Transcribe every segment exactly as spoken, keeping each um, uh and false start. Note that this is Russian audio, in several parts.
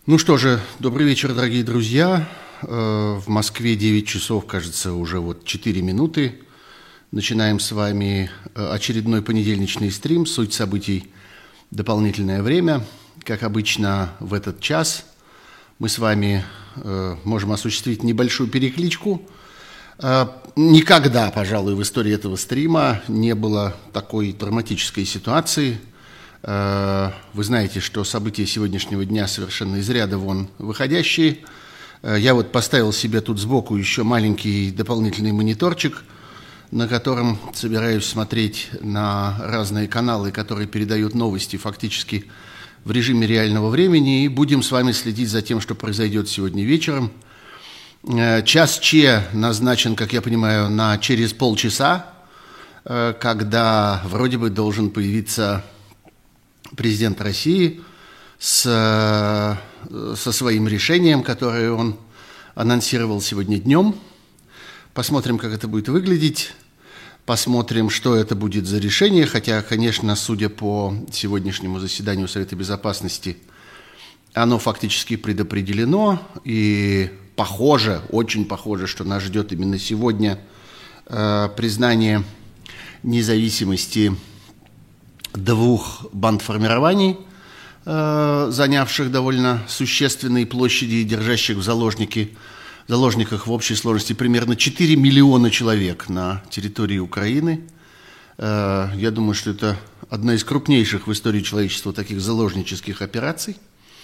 Ну что же, добрый вечер, дорогие друзья. В Москве девять часов, кажется, уже вот четыре минуты. Начинаем с вами очередной понедельничный стрим. Суть событий – дополнительное время. Как обычно, в этот час мы с вами можем осуществить небольшую перекличку. Никогда, пожалуй, в истории этого стрима не было такой драматической ситуации. Вы знаете, что события сегодняшнего дня совершенно из ряда вон выходящие. Я вот поставил себе тут сбоку еще маленький дополнительный мониторчик, на котором собираюсь смотреть на разные каналы, которые передают новости фактически в режиме реального времени. И будем с вами следить за тем, что произойдет сегодня вечером. Час Че назначен, как я понимаю, на через полчаса, когда вроде бы должен появиться президент России с, со своим решением, которое он анонсировал сегодня днем. Посмотрим, как это будет выглядеть. Посмотрим, что это будет за решение. Хотя, конечно, судя по сегодняшнему заседанию Совета Безопасности, оно фактически предопределено. И похоже, очень похоже, что нас ждет именно сегодня э, признание независимости двух бандформирований, э, занявших довольно существенные площади и держащих в заложники, заложниках в общей сложности примерно четыре миллиона человек на территории Украины. Э, я думаю, что это одна из крупнейших в истории человечества таких заложнических операций.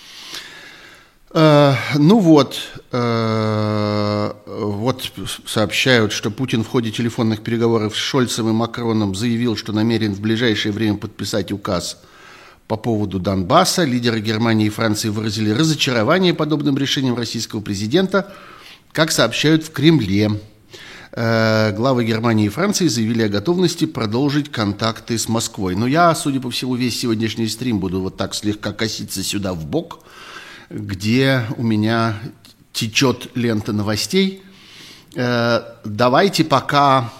Э, ну вот, э, вот сообщают, что Путин в ходе телефонных переговоров с Шольцем и Макроном заявил, что намерен в ближайшее время подписать указ по поводу Донбасса. Лидеры Германии и Франции выразили разочарование подобным решением российского президента, как сообщают в Кремле. Э, главы Германии и Франции заявили о готовности продолжить контакты с Москвой. Но я, судя по всему, весь сегодняшний стрим буду вот так слегка коситься сюда в бок, где у меня течет лента новостей. Э, давайте пока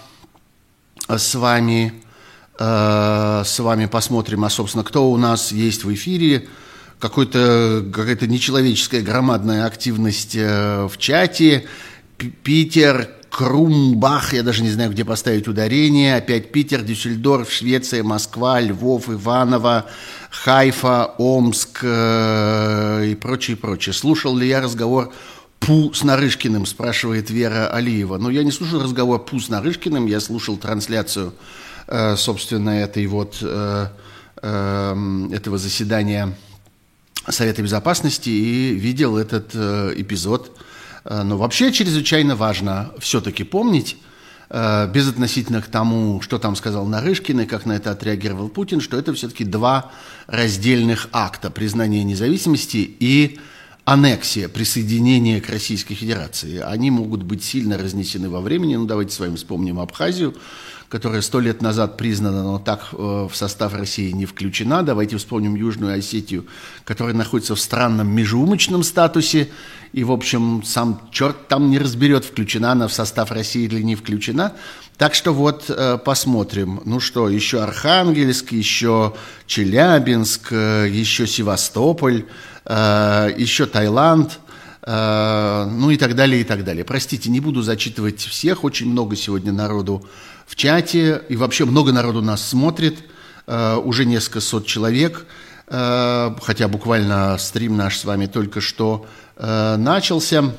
с вами, э, с вами посмотрим, а, собственно, кто у нас есть в эфире. Какой-то, какая-то нечеловеческая громадная активность э, в чате. П- Питер, Крумбах, я даже не знаю, где поставить ударение. Опять Питер, Дюссельдорф, Швеция, Москва, Львов, Иваново, Хайфа, Омск э, и прочее, прочее. Слушал ли я разговор Пу с Нарышкиным, спрашивает Вера Алиева. Но я не слушал разговор Пу с Нарышкиным, я слушал трансляцию, э, собственно, этой вот, э, э, этого заседания Совета Безопасности и видел этот э, эпизод. Но вообще чрезвычайно важно все-таки помнить, э, безотносительно к тому, что там сказал Нарышкин и как на это отреагировал Путин, что это все-таки два раздельных акта: признание независимости и аннексия, присоединение к Российской Федерации. Они могут быть сильно разнесены во времени. Ну, давайте с вами вспомним Абхазию, которая сто лет назад признана, но так э, в состав России не включена. Давайте вспомним Южную Осетию, которая находится в странном межумочном статусе. И, в общем, сам черт там не разберет, включена она в состав России или не включена. Так что вот э, посмотрим. Ну что, еще Архангельск, еще Челябинск, э, еще Севастополь, э, еще Таиланд. Ну и так далее, и так далее. Простите, не буду зачитывать всех. Очень много сегодня народу в чате. И вообще много народу нас смотрит. Уже несколько сот человек. Хотя буквально стрим наш с вами только что начался.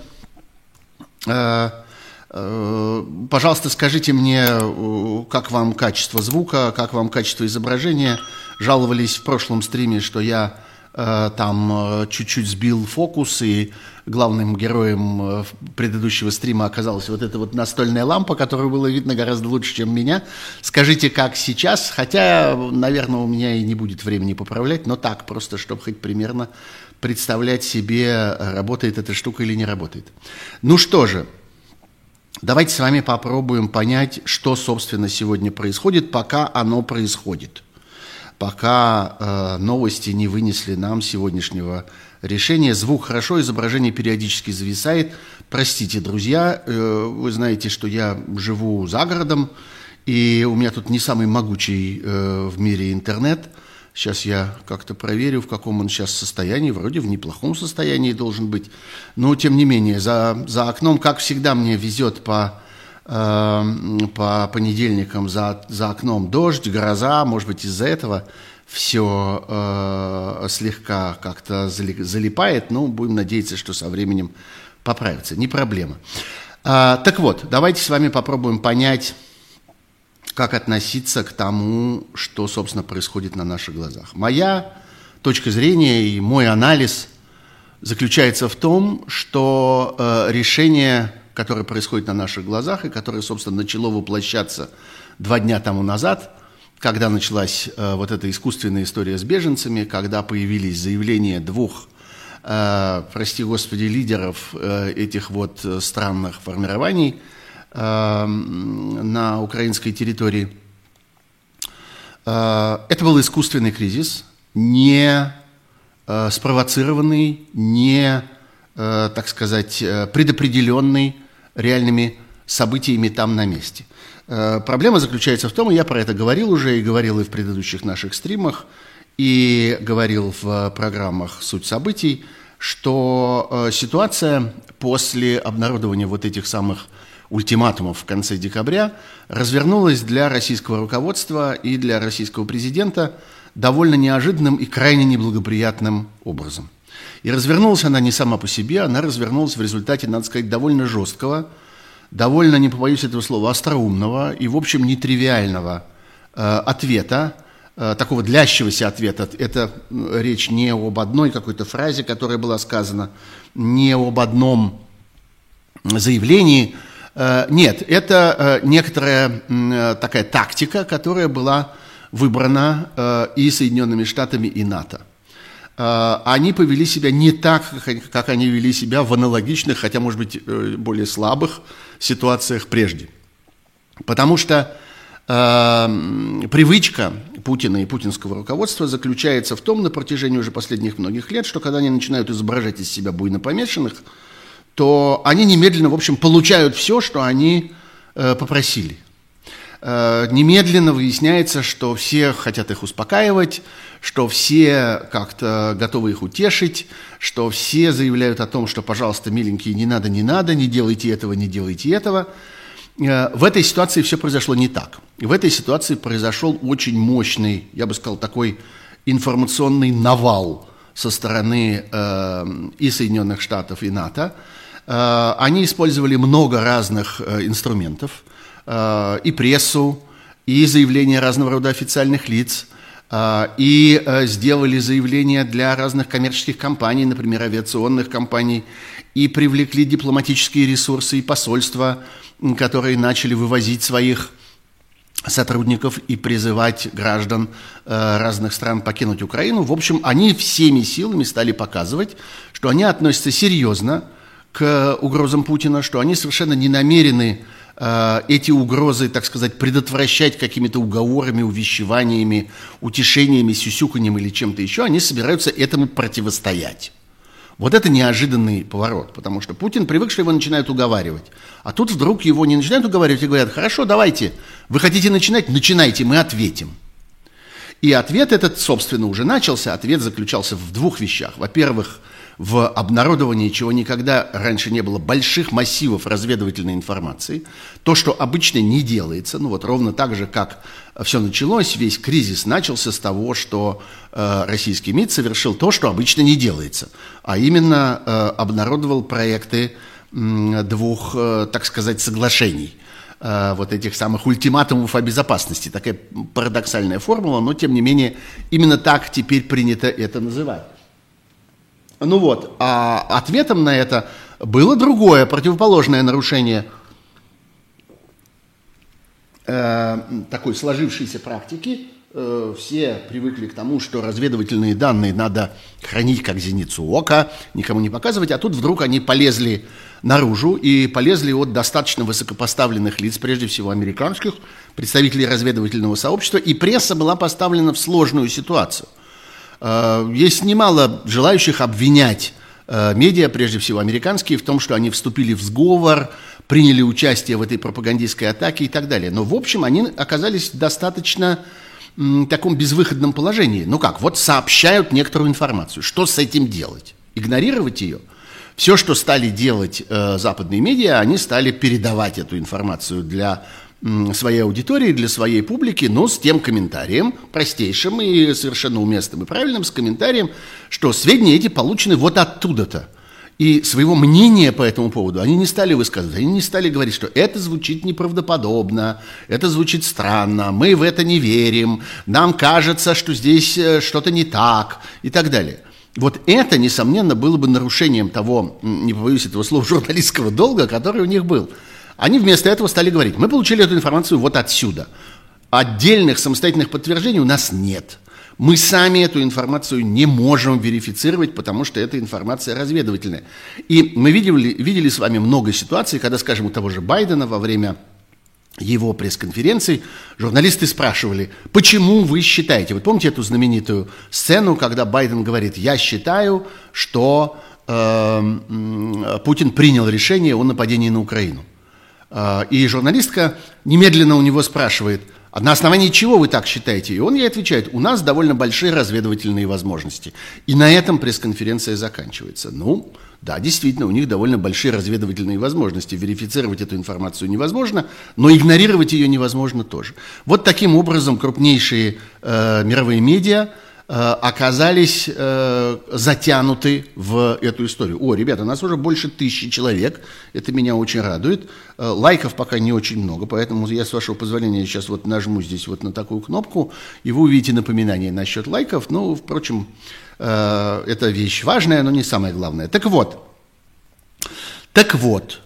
Пожалуйста, скажите мне, как вам качество звука, как вам качество изображения. Жаловались в прошлом стриме, что я там чуть-чуть сбил фокус, и главным героем предыдущего стрима оказалась вот эта вот настольная лампа, которую было видно гораздо лучше, чем меня. Скажите, как сейчас, хотя, наверное, у меня и не будет времени поправлять, но так, просто чтобы хоть примерно представлять себе, работает эта штука или не работает. Ну что же, давайте с вами попробуем понять, что, собственно, сегодня происходит, пока оно происходит. Пока э, новости не вынесли нам сегодняшнего решения. Звук хорошо, изображение периодически зависает. Простите, друзья, э, вы знаете, что я живу за городом, и у меня тут не самый могучий э, в мире интернет. Сейчас я как-то проверю, в каком он сейчас состоянии. Вроде в неплохом состоянии должен быть. Но, тем не менее, за, за окном, как всегда, мне везет по, э, по понедельникам. За, за окном дождь, гроза. Может быть, из-за этого все э, слегка как-то залипает. Но будем надеяться, что со временем поправится. Не проблема. А, так вот, давайте с вами попробуем понять, как относиться к тому, что, собственно, происходит на наших глазах. Моя точка зрения и мой анализ заключается в том, что э, решение, которое происходит на наших глазах и которое, собственно, начало воплощаться два дня тому назад, когда началась э, вот эта искусственная история с беженцами, когда появились заявления двух, э, прости господи, лидеров э, этих вот странных формирований на украинской территории. Это был искусственный кризис, не спровоцированный, не, так сказать, предопределенный реальными событиями там на месте. Проблема заключается в том, и я про это говорил уже, и говорил и в предыдущих наших стримах, и говорил в программах «Суть событий», что ситуация после обнародования вот этих самых ультиматумов в конце декабря развернулась для российского руководства и для российского президента довольно неожиданным и крайне неблагоприятным образом. И развернулась она не сама по себе, она развернулась в результате, надо сказать, довольно жесткого, довольно, не побоюсь этого слова, остроумного и, в общем, нетривиального э, ответа, э, такого длящегося ответа. Это речь не об одной какой-то фразе, которая была сказана, не об одном заявлении. Нет, это некоторая такая тактика, которая была выбрана и Соединенными Штатами, и НАТО. Они повели себя не так, как они вели себя в аналогичных, хотя, может быть, более слабых ситуациях прежде. Потому что э, привычка Путина и путинского руководства заключается в том, на протяжении уже последних многих лет, что когда они начинают изображать из себя буйно помешанных, то они немедленно, в общем, получают все, что они э, попросили. Э, немедленно выясняется, что все хотят их успокаивать, что все как-то готовы их утешить, что все заявляют о том, что, пожалуйста, миленькие, не надо, не надо, не делайте этого, не делайте этого. Э, в этой ситуации все произошло не так. В этой ситуации произошел очень мощный, я бы сказал, такой информационный навал со стороны э, и Соединенных Штатов, и НАТО. Они использовали много разных инструментов, и прессу, и заявления разного рода официальных лиц, и сделали заявления для разных коммерческих компаний, например, авиационных компаний, и привлекли дипломатические ресурсы и посольства, которые начали вывозить своих сотрудников и призывать граждан разных стран покинуть Украину. В общем, они всеми силами стали показывать, что они относятся серьезно к угрозам Путина, что они совершенно не намерены э, эти угрозы, так сказать, предотвращать какими-то уговорами, увещеваниями, утешениями, сюсюканьем или чем-то еще. Они собираются этому противостоять. Вот это неожиданный поворот, потому что Путин привык, что его начинают уговаривать. А тут вдруг его не начинают уговаривать и говорят: хорошо, давайте, вы хотите начинать? Начинайте, мы ответим. И ответ этот, собственно, уже начался. Ответ заключался в двух вещах. Во-первых, в обнародовании, чего никогда раньше не было, больших массивов разведывательной информации. То, что обычно не делается, ну вот ровно так же, как все началось, весь кризис начался с того, что э, российский МИД совершил то, что обычно не делается, а именно э, обнародовал проекты э, двух, э, так сказать, соглашений, э, вот этих самых ультиматумов о безопасности. Такая парадоксальная формула, но тем не менее именно так теперь принято это называть. Ну вот, а ответом на это было другое, противоположное нарушение э, такой сложившейся практики. Э, все привыкли к тому, что разведывательные данные надо хранить как зеницу ока, никому не показывать, а тут вдруг они полезли наружу и полезли от достаточно высокопоставленных лиц, прежде всего американских, представителей разведывательного сообщества, и пресса была поставлена в сложную ситуацию. Есть немало желающих обвинять медиа, прежде всего американские, в том, что они вступили в сговор, приняли участие в этой пропагандистской атаке и так далее. Но, в общем, они оказались достаточно м, таком безвыходном положении. Ну как, вот сообщают некоторую информацию. Что с этим делать? Игнорировать ее? Все, что стали делать э, западные медиа, они стали передавать эту информацию для м, своей аудитории, для своей публики, но с тем комментарием, простейшим и совершенно уместным и правильным, с комментарием, что сведения эти получены вот оттуда-то. И своего мнения по этому поводу они не стали высказывать, они не стали говорить, что это звучит неправдоподобно, это звучит странно, мы в это не верим, нам кажется, что здесь что-то не так и так далее. Вот это, несомненно, было бы нарушением того, не побоюсь этого слова, журналистского долга, который у них был. Они вместо этого стали говорить, мы получили эту информацию вот отсюда. Отдельных самостоятельных подтверждений у нас нет. Мы сами эту информацию не можем верифицировать, потому что эта информация разведывательная. И мы видели, видели с вами много ситуаций, когда, скажем, у того же Байдена во время его пресс-конференций журналисты спрашивали, почему вы считаете, вы помните эту знаменитую сцену, когда Байден говорит, я считаю, что э, Путин принял решение о нападении на Украину. Э, и журналистка немедленно у него спрашивает, а на основании чего вы так считаете? И он ей отвечает, у нас довольно большие разведывательные возможности. И на этом пресс-конференция заканчивается. Ну, да, действительно, у них довольно большие разведывательные возможности. Верифицировать эту информацию невозможно, но игнорировать ее невозможно тоже. Вот таким образом крупнейшие э, мировые медиа э, оказались э, затянуты в эту историю. О, ребята, нас уже больше тысячи человек, это меня очень радует. Э, лайков пока не очень много, поэтому я, с вашего позволения, сейчас вот нажму здесь вот на такую кнопку, и вы увидите напоминание насчет лайков. Ну, впрочем, э, это вещь важная, но не самая главная. Так вот, так вот,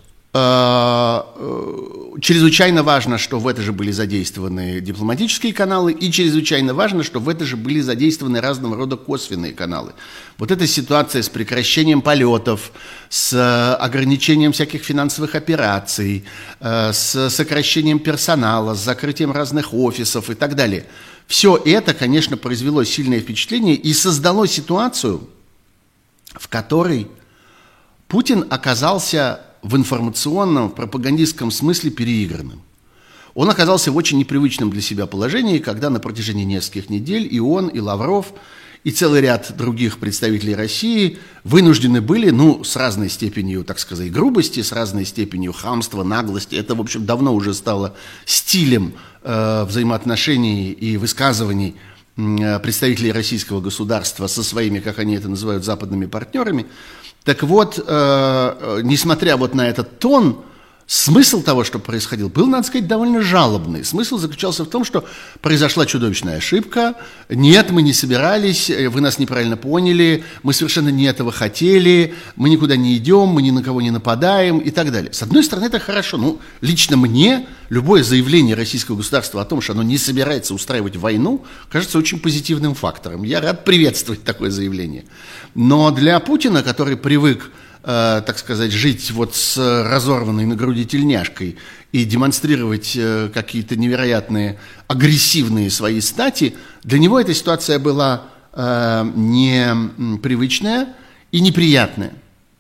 чрезвычайно важно, что в это же были задействованы дипломатические каналы, и чрезвычайно важно, что в это же были задействованы разного рода косвенные каналы. Вот эта ситуация с прекращением полетов, с ограничением всяких финансовых операций, с сокращением персонала, с закрытием разных офисов и так далее. Все это, конечно, произвело сильное впечатление и создало ситуацию, в которой Путин оказался в информационном, в пропагандистском смысле переигранным. Он оказался в очень непривычном для себя положении, когда на протяжении нескольких недель и он, и Лавров, и целый ряд других представителей России вынуждены были, ну, с разной степенью, так сказать, грубости, с разной степенью хамства, наглости. Это, в общем, давно уже стало стилем э, взаимоотношений и высказываний э, представителей российского государства со своими, как они это называют, западными партнерами. Так вот, э, несмотря вот на этот тон, смысл того, что происходило, был, надо сказать, довольно жалобный. Смысл заключался в том, что произошла чудовищная ошибка. Нет, мы не собирались, вы нас неправильно поняли, мы совершенно не этого хотели, мы никуда не идем, мы ни на кого не нападаем и так далее. С одной стороны, это хорошо. Ну, лично мне любое заявление российского государства о том, что оно не собирается устраивать войну, кажется очень позитивным фактором. Я рад приветствовать такое заявление. Но для Путина, который привык, э, так сказать, жить вот с разорванной на груди тельняшкой и демонстрировать э, какие-то невероятные агрессивные свои стати, для него эта ситуация была э, непривычная и неприятная.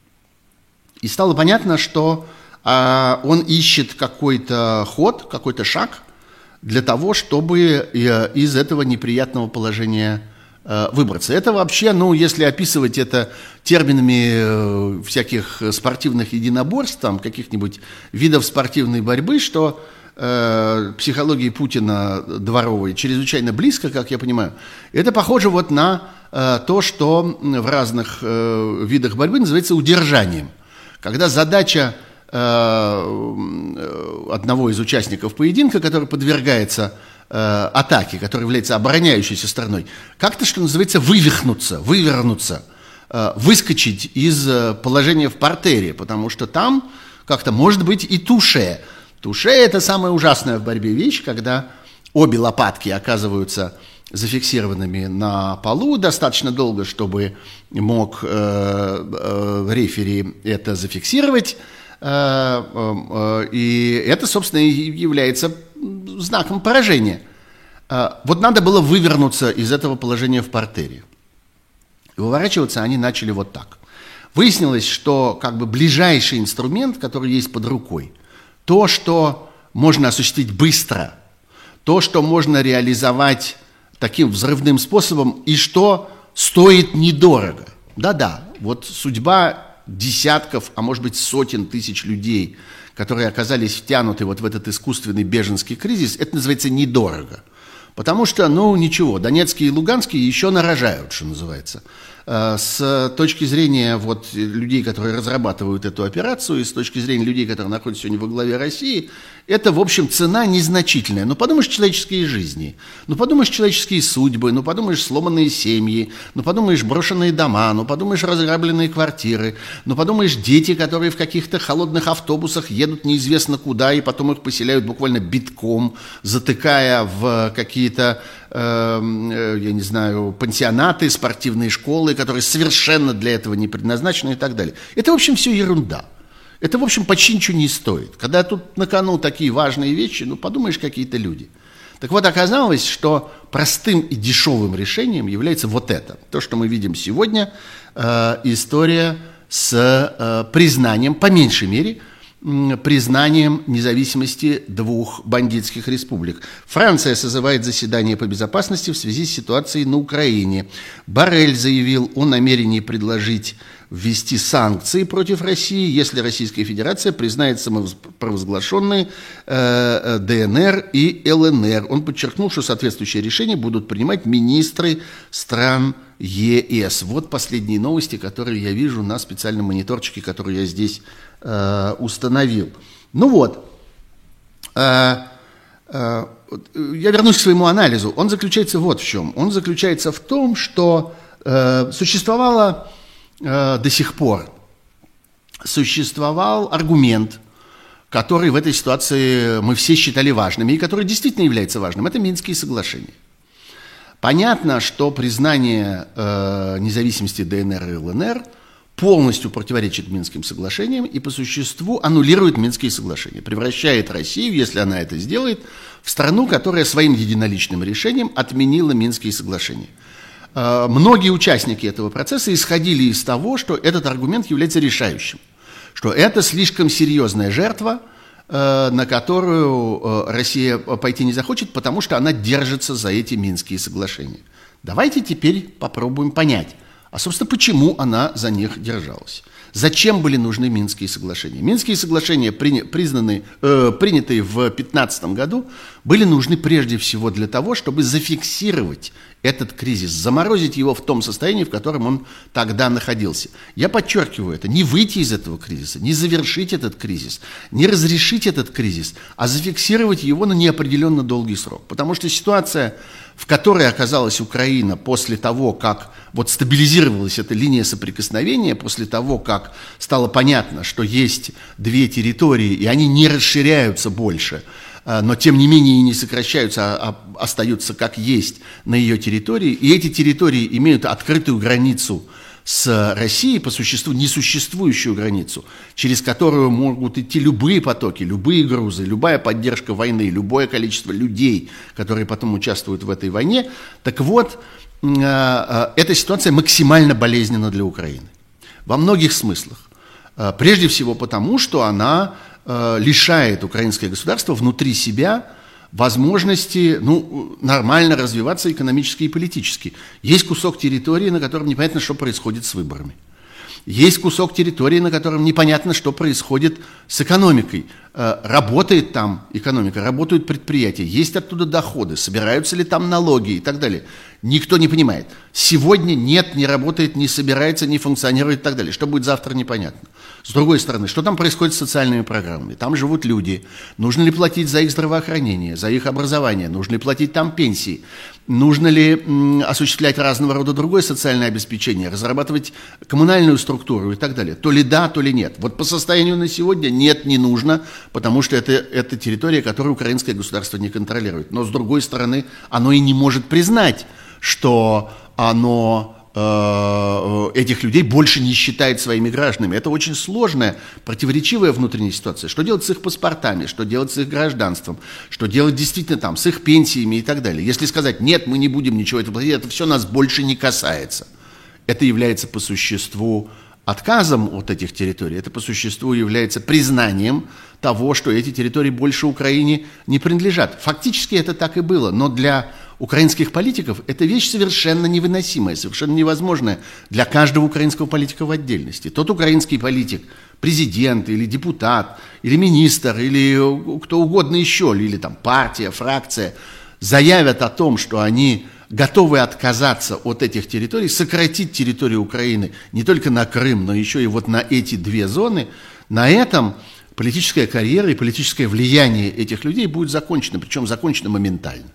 И стало понятно, что э, он ищет какой-то ход, какой-то шаг для того, чтобы э, из этого неприятного положения выбраться. Это вообще, ну, если описывать это терминами всяких спортивных единоборств, там, каких-нибудь видов спортивной борьбы, что э, психологии Путина дворовой чрезвычайно близко, как я понимаю, это похоже вот на э, то, что в разных э, видах борьбы называется удержанием. Когда задача э, одного из участников поединка, который подвергается атаки, которая является обороняющейся стороной, как-то, что называется, вывихнуться, вывернуться, выскочить из положения в партере, потому что там как-то может быть и туше. Туше – это самая ужасная в борьбе вещь, когда обе лопатки оказываются зафиксированными на полу достаточно долго, чтобы мог э, э, рефери это зафиксировать, э, э, и это, собственно, и является знаком поражения. Вот надо было вывернуться из этого положения в партере. И выворачиваться они начали вот так. Выяснилось, что как бы ближайший инструмент, который есть под рукой, то, что можно осуществить быстро, то, что можно реализовать таким взрывным способом, и что стоит недорого. Да-да, вот судьба десятков, а может быть сотен тысяч людей, которые оказались втянуты вот в этот искусственный беженский кризис, это называется недорого. Потому что, ну, ничего, донецкие и луганские еще нарожают, что называется. С точки зрения вот людей, которые разрабатывают эту операцию, и с точки зрения людей, которые находятся сегодня во главе России, это, в общем, цена незначительная. Ну, подумаешь, человеческие жизни, ну, подумаешь, человеческие судьбы, ну, подумаешь, сломанные семьи, ну, подумаешь, брошенные дома, ну, подумаешь, разграбленные квартиры, ну, подумаешь, дети, которые в каких-то холодных автобусах едут неизвестно куда, и потом их поселяют буквально битком, затыкая в какие-то, э, я не знаю, пансионаты, спортивные школы, которые совершенно для этого не предназначены и так далее. Это, в общем, все ерунда. Это, в общем, почти ничего не стоит. Когда тут на кону такие важные вещи, ну, подумаешь, какие-то люди. Так вот, оказалось, что простым и дешевым решением является вот это. То, что мы видим сегодня, э, история с э, признанием, по меньшей мере, э, признанием независимости двух бандитских республик. Франция созывает заседание по безопасности в связи с ситуацией на Украине. Боррель заявил о намерении предложить ввести санкции против России, если Российская Федерация признает самопровозглашенные э, ДНР и ЛНР. Он подчеркнул, что соответствующие решения будут принимать министры стран ЕС. Вот последние новости, которые я вижу на специальном мониторчике, который я здесь э, установил. Ну вот, э, э, я вернусь к своему анализу. Он заключается вот в чем. Он заключается в том, что э, существовало до сих пор существовал аргумент, который в этой ситуации мы все считали важным, и который действительно является важным. Это Минские соглашения. Понятно, что признание э, независимости ДНР и ЛНР полностью противоречит Минским соглашениям и по существу аннулирует Минские соглашения, превращает Россию, если она это сделает, в страну, которая своим единоличным решением отменила Минские соглашения. Многие участники этого процесса исходили из того, что этот аргумент является решающим, что это слишком серьезная жертва, на которую Россия пойти не захочет, потому что она держится за эти Минские соглашения. Давайте теперь попробуем понять, а, собственно, почему она за них держалась. Зачем были нужны Минские соглашения? Минские соглашения, признанные, э, принятые в две тысячи пятнадцатом году, были нужны прежде всего для того, чтобы зафиксировать этот кризис, заморозить его в том состоянии, в котором он тогда находился. Я подчеркиваю это, не выйти из этого кризиса, не завершить этот кризис, не разрешить этот кризис, а зафиксировать его на неопределенно долгий срок. Потому что ситуация, в которой оказалась Украина после того, как вот стабилизировалась эта линия соприкосновения, после того, как стало понятно, что есть две территории, и они не расширяются больше, но тем не менее и не сокращаются, а остаются как есть на ее территории, и эти территории имеют открытую границу с Россией, по существу несуществующую границу, через которую могут идти любые потоки, любые грузы, любая поддержка войны, любое количество людей, которые потом участвуют в этой войне. Так вот, эта ситуация максимально болезненна для Украины. Во многих смыслах. Прежде всего потому, что она лишает украинское государство внутри себя возможности, ну, нормально развиваться экономически и политически. Есть кусок территории, на котором непонятно, что происходит с выборами. Есть кусок территории, на котором непонятно, что происходит с экономикой. Работает там экономика, работают предприятия, есть оттуда доходы, собираются ли там налоги и так далее. Никто не понимает. Сегодня нет, не работает, не собирается, не функционирует и так далее. Что будет завтра, непонятно. С другой стороны, что там происходит с социальными программами? Там живут люди. Нужно ли платить за их здравоохранение, за их образование? Нужно ли платить там пенсии? Нужно ли м, осуществлять разного рода другое социальное обеспечение, разрабатывать коммунальную структуру и так далее? То ли да, то ли нет. Вот по состоянию на сегодня нет, не нужно, потому что это, это территория, которую украинское государство не контролирует. Но с другой стороны, оно и не может признать, что оно этих людей больше не считает своими гражданами. Это очень сложная, противоречивая внутренняя ситуация. Что делать с их паспортами, что делать с их гражданством, что делать действительно там с их пенсиями и так далее. Если сказать, нет, мы не будем ничего этого платить, это все нас больше не касается. Это является по существу отказом от этих территорий, это по существу является признанием того, что эти территории больше Украине не принадлежат. Фактически это так и было, но для украинских политиков – это вещь совершенно невыносимая, совершенно невозможная для каждого украинского политика в отдельности. Тот украинский политик, президент или депутат, или министр, или кто угодно еще, или там партия, фракция, заявят о том, что они готовы отказаться от этих территорий, сократить территорию Украины не только на Крым, но еще и вот на эти две зоны, на этом политическая карьера и политическое влияние этих людей будет закончено, причем закончено моментально.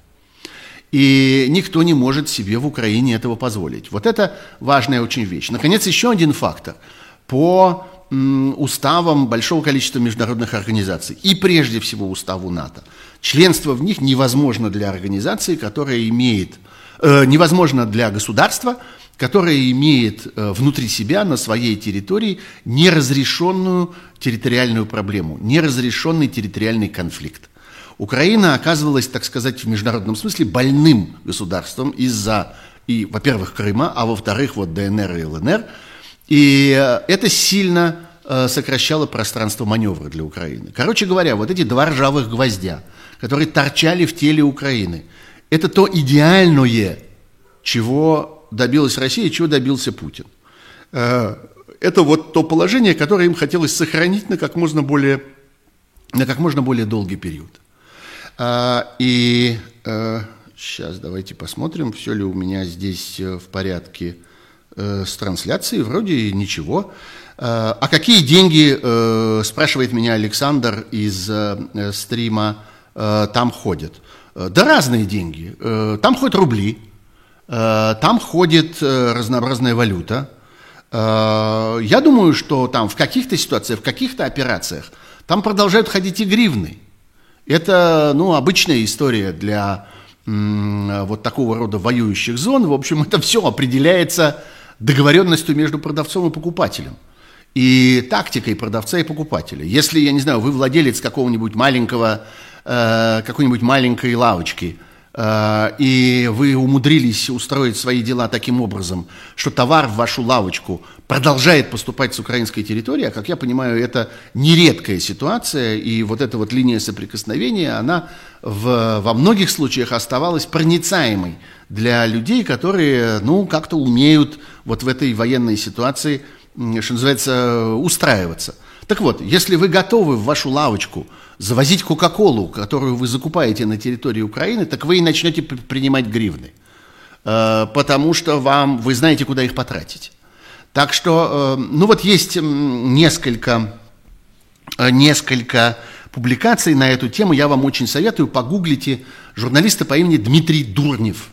И никто не может себе в Украине этого позволить. Вот это важная очень вещь. Наконец, еще один фактор. По м, уставам большого количества международных организаций, и прежде всего уставу НАТО, членство в них невозможно для организации, которая имеет, э, невозможно для государства, которое имеет э, внутри себя, на своей территории, неразрешенную территориальную проблему, неразрешенный территориальный конфликт. Украина оказывалась, так сказать, в международном смысле больным государством из-за, и, во-первых, Крыма, а во-вторых, вот ДНР и ЛНР. И э, это сильно э, сокращало пространство маневра для Украины. Короче говоря, вот эти два ржавых гвоздя, которые торчали в теле Украины, это то идеальное, чего добилась Россия, чего добился Путин. Э, это вот то положение, которое им хотелось сохранить на как можно более, на как можно более долгий период. Э, и э, сейчас давайте посмотрим, все ли у меня здесь в порядке с трансляцией, вроде ничего. А какие деньги, спрашивает меня Александр из стрима, там ходят? Да разные деньги. Там ходят рубли, там ходит разнообразная валюта. Я думаю, что там в каких-то ситуациях, в каких-то операциях там продолжают ходить и гривны. Это, ну, обычная история для м, вот такого рода воюющих зон. В общем, это все определяется договоренностью между продавцом и покупателем. И тактикой продавца и покупателя. Если, я не знаю, вы владелец какого-нибудь маленького, э, какой-нибудь маленькой лавочки, э, и вы умудрились устроить свои дела таким образом, что товар в вашу лавочку продолжает поступать с украинской территории, а, как я понимаю, это нередкая ситуация, и вот эта вот линия соприкосновения, она в, во многих случаях оставалась проницаемой для людей, которые, ну, как-то умеют вот в этой военной ситуации, что называется, устраиваться. Так вот, если вы готовы в вашу лавочку завозить Кока-Колу, которую вы закупаете на территории Украины, так вы и начнете принимать гривны, потому что вам, вы знаете, куда их потратить. Так что, ну вот есть несколько, несколько публикаций на эту тему, я вам очень советую, погуглите журналиста по имени Дмитрий Дурнев.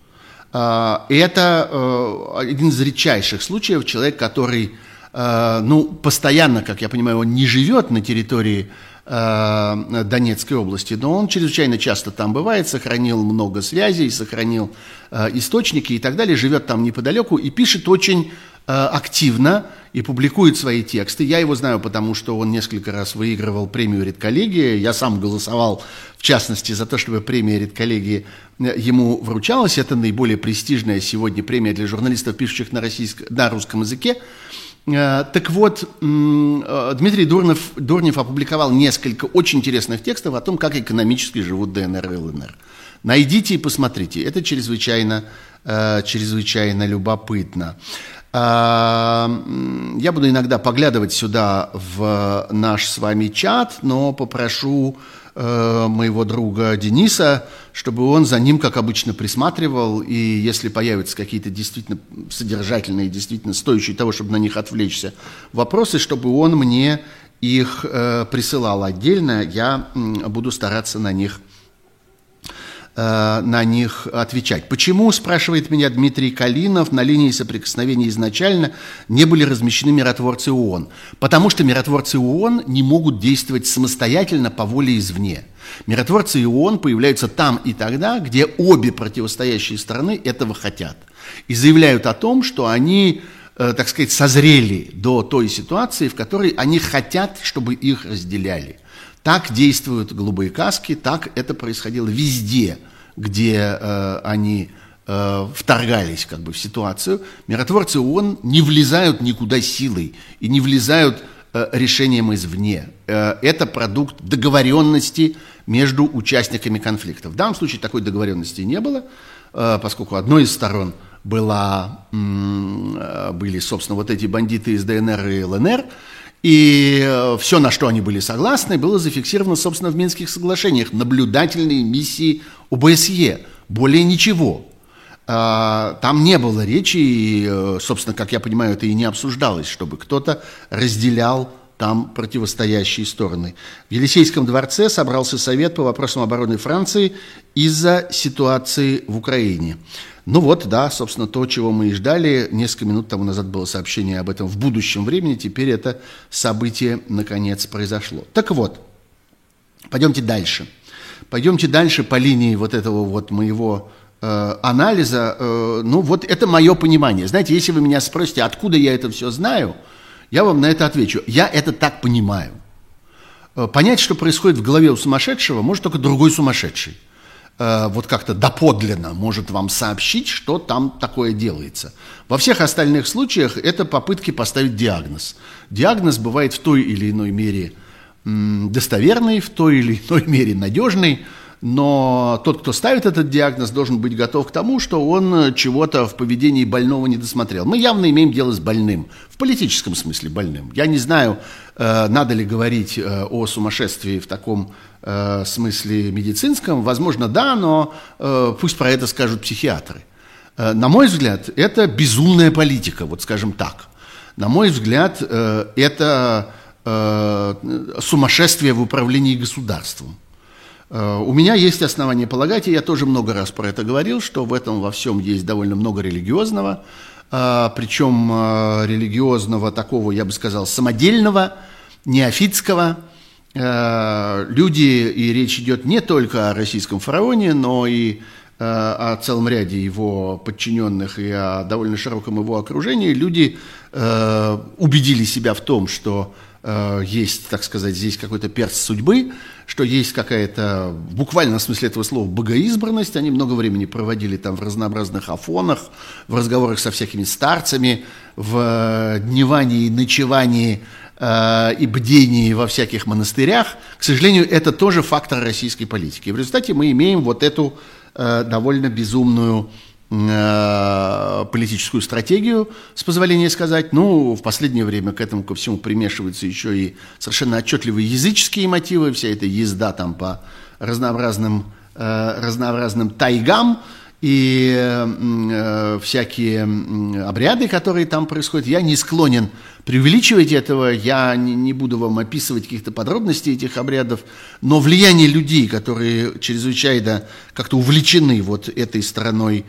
Это один из редчайших случаев, человек, который, ну, постоянно, как я понимаю, он не живет на территории Донецкой области, но он чрезвычайно часто там бывает, сохранил много связей, сохранил источники и так далее, живет там неподалеку и пишет очень активно и публикует свои тексты. Я его знаю, потому что он несколько раз выигрывал премию «Редколлегия». Я сам голосовал, в частности, за то, чтобы премия «Редколлегии» ему вручалась. Это наиболее престижная сегодня премия для журналистов, пишущих на, российск... на русском языке. Так вот, Дмитрий Дурнев, Дурнев опубликовал несколько очень интересных текстов о том, как экономически живут ДНР и ЛНР. Найдите и посмотрите. Это чрезвычайно, чрезвычайно любопытно. Я буду иногда поглядывать сюда в наш с вами чат, но попрошу моего друга Дениса, чтобы он за ним, как обычно, присматривал, и если появятся какие-то действительно содержательные, действительно стоящие того, чтобы на них отвлечься, вопросы, чтобы он мне их присылал отдельно, я буду стараться на них на них отвечать. Почему, спрашивает меня Дмитрий Калинов, на линии соприкосновения изначально не были размещены миротворцы ООН? Потому что миротворцы ООН не могут действовать самостоятельно по воле извне. Миротворцы ООН появляются там и тогда, где обе противостоящие стороны этого хотят. И заявляют о том, что они, э, так сказать, созрели до той ситуации, в которой они хотят, чтобы их разделяли. Так действуют голубые каски, так это происходило везде, где э, они э, вторгались как бы, в ситуацию. Миротворцы ООН не влезают никуда силой и не влезают э, решением извне. Э, это продукт договоренности между участниками конфликта. В данном случае такой договоренности не было, поскольку одной из сторон была, были, собственно, вот эти бандиты из ДНР и ЛНР, и все, на что они были согласны, было зафиксировано, собственно, в Минских соглашениях. Наблюдательные миссии ОБСЕ. Более ничего. Там не было речи, и, собственно, как я понимаю, это и не обсуждалось, чтобы кто-то разделял там противостоящие стороны. В Елисейском дворце собрался совет по вопросам обороны Франции из-за ситуации в Украине. Ну вот, да, собственно, то, чего мы и ждали. Несколько минут тому назад было сообщение об этом в будущем времени. Теперь это событие, наконец, произошло. Так вот, пойдемте дальше. Пойдемте дальше по линии вот этого вот моего э, анализа. Э, ну вот это мое понимание. Знаете, если вы меня спросите, откуда я это все знаю, я вам на это отвечу. Я это так понимаю. Э, понять, что происходит в голове у сумасшедшего, может только другой сумасшедший. Вот как-то доподлинно может вам сообщить, что там такое делается. Во всех остальных случаях это попытки поставить диагноз. Диагноз бывает в той или иной мере достоверный, в той или иной мере надежный, но тот, кто ставит этот диагноз, должен быть готов к тому, что он чего-то в поведении больного не досмотрел. Мы явно имеем дело с больным, в политическом смысле больным. Я не знаю, надо ли говорить о сумасшествии в таком смысле медицинском. Возможно, да, но пусть про это скажут психиатры. На мой взгляд, это безумная политика, вот скажем так. На мой взгляд, это сумасшествие в управлении государством. У меня есть основания полагать, и я тоже много раз про это говорил, что в этом во всем есть довольно много религиозного, причем религиозного такого, я бы сказал, самодельного, неофитского. Люди, и речь идет не только о российском фараоне, но и о целом ряде его подчиненных и о довольно широком его окружении, люди убедили себя в том, что есть, так сказать, здесь какой-то перст судьбы, что есть какая-то, в буквальном смысле этого слова, богоизбранность. Они много времени проводили там в разнообразных афонах, в разговорах со всякими старцами, в дневании, ночевании э, и бдении во всяких монастырях. К сожалению, это тоже фактор российской политики. И в результате мы имеем вот эту э, довольно безумную политическую стратегию, с позволения сказать. Ну, в последнее время к этому ко всему примешиваются еще и совершенно отчетливые языческие мотивы, вся эта езда там по разнообразным, э, разнообразным тайгам и э, всякие обряды, которые там происходят. Я не склонен преувеличивать этого, я не, не буду вам описывать каких-то подробностей этих обрядов, но влияние людей, которые чрезвычайно как-то увлечены вот этой стороной,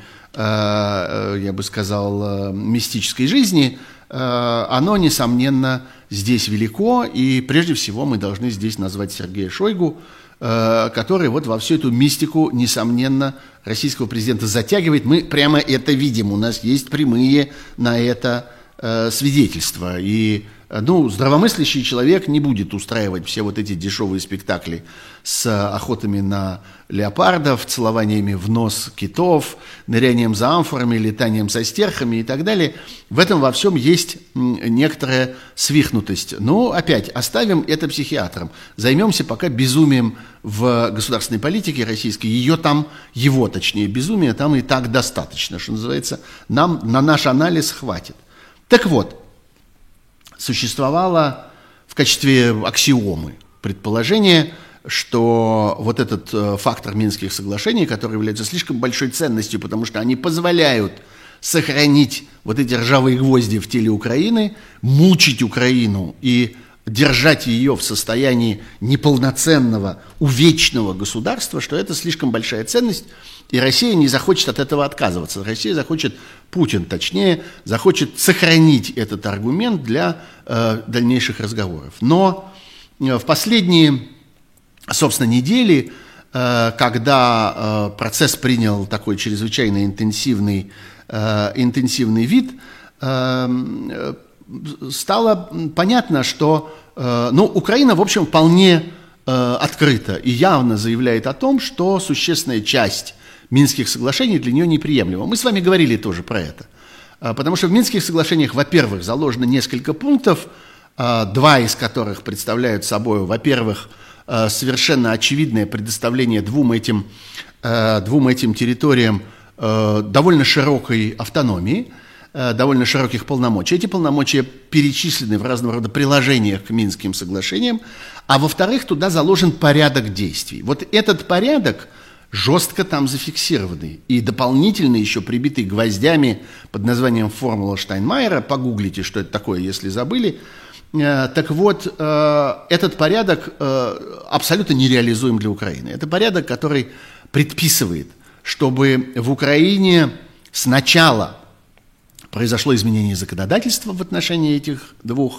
я бы сказал, мистической жизни, оно, несомненно, здесь велико, и прежде всего мы должны здесь назвать Сергея Шойгу, который вот во всю эту мистику, несомненно, российского президента затягивает. Мы прямо это видим, у нас есть прямые на это свидетельства, и ну, здравомыслящий человек не будет устраивать все вот эти дешевые спектакли с охотами на леопардов, целованиями в нос китов, нырянием за амфорами, летанием со стерхами и так далее. В этом во всем есть некоторая свихнутость. Но опять оставим это психиатрам. Займемся пока безумием в государственной политике российской. Ее там, его точнее, безумие там и так достаточно, что называется. Нам на наш анализ хватит. Так вот, существовало в качестве аксиомы предположение, что вот этот э, фактор Минских соглашений, который является слишком большой ценностью, потому что они позволяют сохранить вот эти ржавые гвозди в теле Украины, мучить Украину и держать ее в состоянии неполноценного, увечного государства, что это слишком большая ценность, и Россия не захочет от этого отказываться. Россия захочет, Путин точнее, захочет сохранить этот аргумент для э, дальнейших разговоров. Но э, в последние, собственно, недели, э, когда э, процесс принял такой чрезвычайно интенсивный, э, интенсивный вид, э, стало понятно, что э, ну, Украина, в общем, вполне э, открыта и явно заявляет о том, что существенная часть Минских соглашений для нее неприемлема. Мы с вами говорили тоже про это. Э, потому что в Минских соглашениях, во-первых, заложено несколько пунктов, э, два из которых представляют собой, во-первых, совершенно очевидное предоставление двум этим, двум этим территориям довольно широкой автономии, довольно широких полномочий. Эти полномочия перечислены в разного рода приложениях к Минским соглашениям, а во-вторых, туда заложен порядок действий. Вот этот порядок жестко там зафиксированный и дополнительно еще прибитый гвоздями под названием «Формула Штайнмайера». Погуглите, что это такое, если забыли. Так вот, этот порядок абсолютно нереализуем для Украины. Это порядок, который предписывает, чтобы в Украине сначала произошло изменение законодательства в отношении этих двух,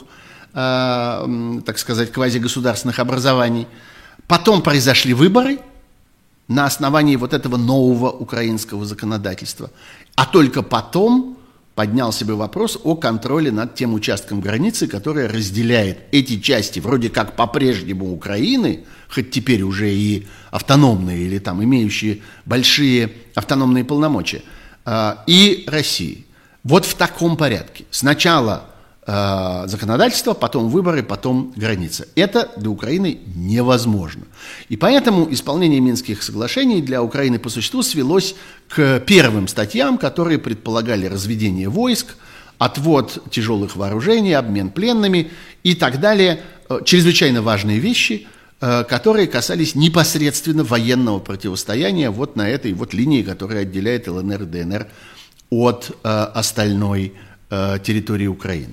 так сказать, квазигосударственных образований, потом произошли выборы на основании вот этого нового украинского законодательства, а только потом поднялся бы вопрос о контроле над тем участком границы, который разделяет эти части, вроде как по-прежнему Украины, хоть теперь уже и автономные, или там имеющие большие автономные полномочия, и России. Вот в таком порядке. Сначала законодательство, потом выборы, потом граница. Это для Украины невозможно. И поэтому исполнение Минских соглашений для Украины по существу свелось к первым статьям, которые предполагали разведение войск, отвод тяжелых вооружений, обмен пленными и так далее. Чрезвычайно важные вещи, которые касались непосредственно военного противостояния вот на этой вот линии, которая отделяет ЛНР и ДНР от остальной территории Украины.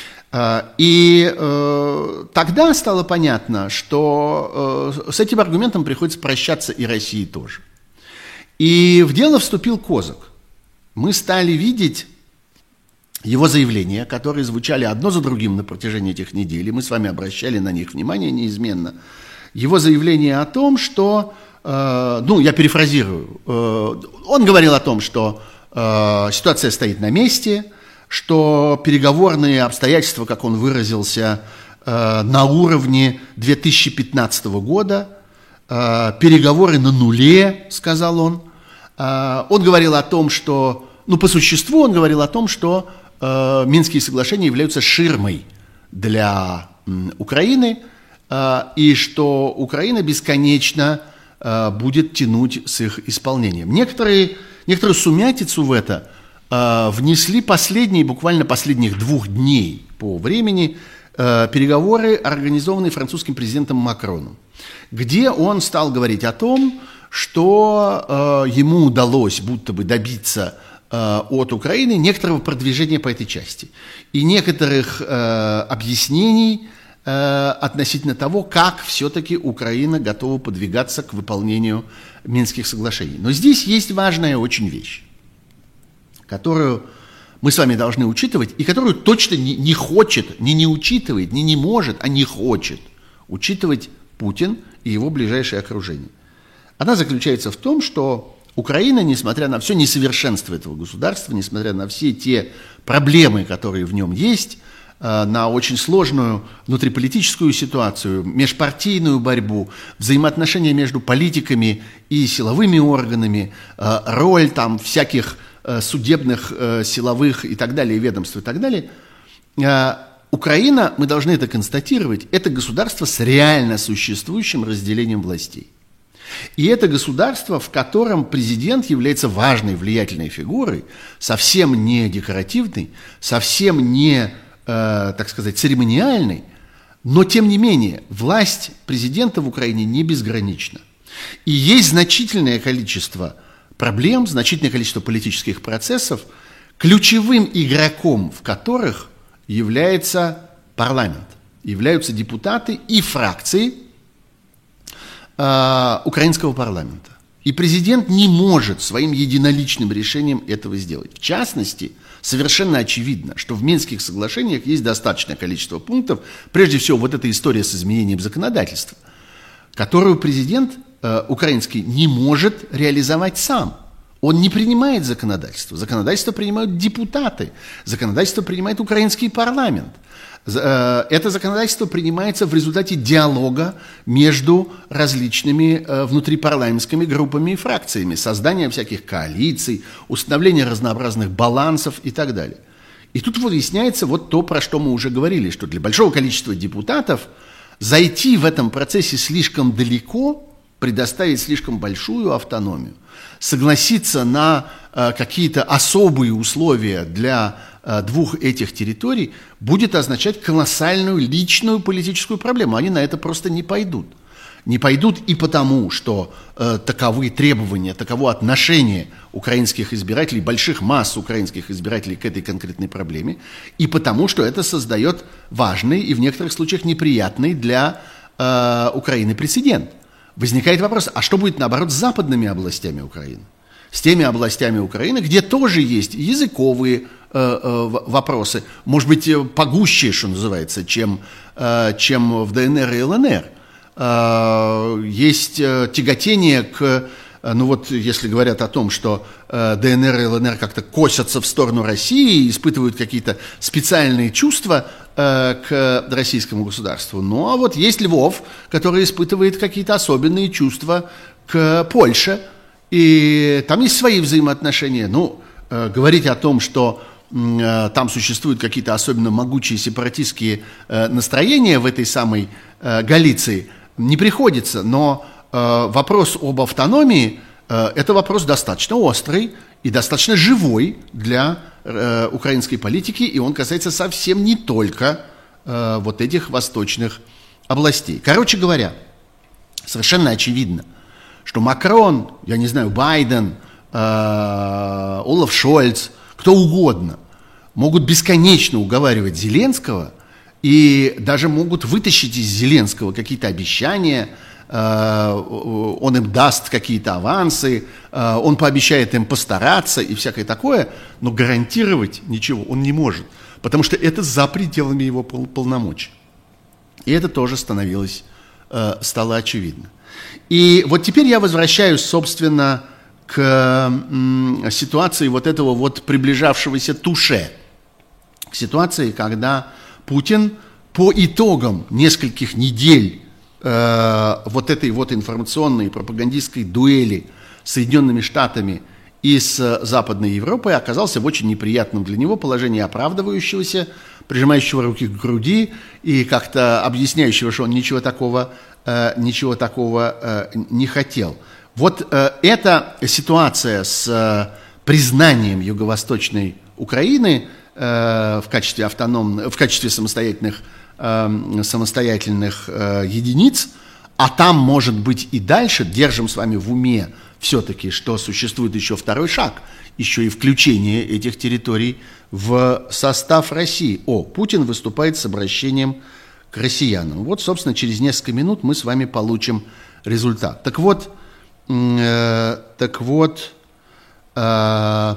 И э, тогда стало понятно, что э, с этим аргументом приходится прощаться и России тоже. И в дело вступил Козак. Мы стали видеть его заявления, которые звучали одно за другим на протяжении этих недель, и мы с вами обращали на них внимание неизменно. Его заявление о том, что, э, ну, я перефразирую, э, он говорил о том, что э, ситуация стоит на месте, что переговорные обстоятельства, как он выразился, э, на уровне две тысячи пятнадцатого года, э, переговоры на нуле, сказал он. Э, он говорил о том, что, ну, по существу он говорил о том, что э, Минские соглашения являются ширмой для э, Украины, э, и что Украина бесконечно э, будет тянуть с их исполнением. Некоторые, некоторую сумятицу в это внесли последние, буквально последних двух дней по времени, переговоры, организованные французским президентом Макроном, где он стал говорить о том, что ему удалось будто бы добиться от Украины некоторого продвижения по этой части и некоторых объяснений относительно того, как все-таки Украина готова подвигаться к выполнению Минских соглашений. Но здесь есть важная очень вещь, которую мы с вами должны учитывать, и которую точно не, не хочет, не не учитывает, не не может, а не хочет учитывать Путин и его ближайшее окружение. Она заключается в том, что Украина, несмотря на все несовершенство этого государства, несмотря на все те проблемы, которые в нем есть, на очень сложную внутриполитическую ситуацию, межпартийную борьбу, взаимоотношения между политиками и силовыми органами, роль там всяких судебных, силовых и так далее, ведомств и так далее, Украина, мы должны это констатировать, это государство с реально существующим разделением властей. И это государство, в котором президент является важной, влиятельной фигурой, совсем не декоративной, совсем не, э, так сказать, церемониальной, но, тем не менее, власть президента в Украине не безгранична. И есть значительное количество проблем, значительное количество политических процессов, ключевым игроком в которых является парламент, являются депутаты и фракции э, украинского парламента. И президент не может своим единоличным решением этого сделать. В частности, совершенно очевидно, что в Минских соглашениях есть достаточное количество пунктов, прежде всего вот эта история с изменением законодательства, которую президент э, украинский не может реализовать сам. Он не принимает законодательство. Законодательство принимают депутаты. Законодательство принимает украинский парламент. Это законодательство принимается в результате диалога между различными внутрипарламентскими группами и фракциями, создания всяких коалиций, установления разнообразных балансов и так далее. И тут выясняется вот то, про что мы уже говорили, что для большого количества депутатов зайти в этом процессе слишком далеко, предоставить слишком большую автономию, согласиться на э, какие-то особые условия для э, двух этих территорий будет означать колоссальную личную политическую проблему. Они на это просто не пойдут. Не пойдут и потому, что э, таковы требования, таково отношение украинских избирателей, больших масс украинских избирателей к этой конкретной проблеме, и потому, что это создает важный и в некоторых случаях неприятный для э, Украины прецедент. Возникает вопрос, а что будет, наоборот, с западными областями Украины? С теми областями Украины, где тоже есть языковые э, э, вопросы, может быть, погуще, что называется, чем, э, чем в ДНР и ЛНР. Э, есть э, тяготение к, э, ну вот, если говорят о том, что э, ДНР и ЛНР как-то косятся в сторону России, испытывают какие-то специальные чувства к российскому государству. Ну, а вот есть Львов, который испытывает какие-то особенные чувства к Польше, и там есть свои взаимоотношения. Ну, э, говорить о том, что э, там существуют какие-то особенно могучие сепаратистские э, настроения в этой самой э, Галиции, не приходится, но э, вопрос об автономии э, это вопрос достаточно острый и достаточно живой для э, украинской политики, и он касается совсем не только э, вот этих восточных областей. Короче говоря, совершенно очевидно, что Макрон, я не знаю, Байден, э, Олаф Шольц, кто угодно, могут бесконечно уговаривать Зеленского и даже могут вытащить из Зеленского какие-то обещания, он им даст какие-то авансы, он пообещает им постараться и всякое такое, но гарантировать ничего он не может, потому что это за пределами его полномочий. И это тоже становилось, стало очевидно. И вот теперь я возвращаюсь, собственно, к ситуации вот этого вот приближавшегося туше, к ситуации, когда Путин по итогам нескольких недель вот этой вот информационной пропагандистской дуэли с Соединенными Штатами и с Западной Европой оказался в очень неприятном для него положении оправдывающегося, прижимающего руки к груди и как-то объясняющего, что он ничего такого, ничего такого не хотел. Вот эта ситуация с признанием Юго-Восточной Украины в качестве автономных, в качестве самостоятельных самостоятельных э, единиц, а там, может быть, и дальше, держим с вами в уме все-таки, что существует еще второй шаг, еще и включение этих территорий в состав России. О, Путин выступает с обращением к россиянам. Вот, собственно, через несколько минут мы с вами получим результат. Так вот, э, так вот, э,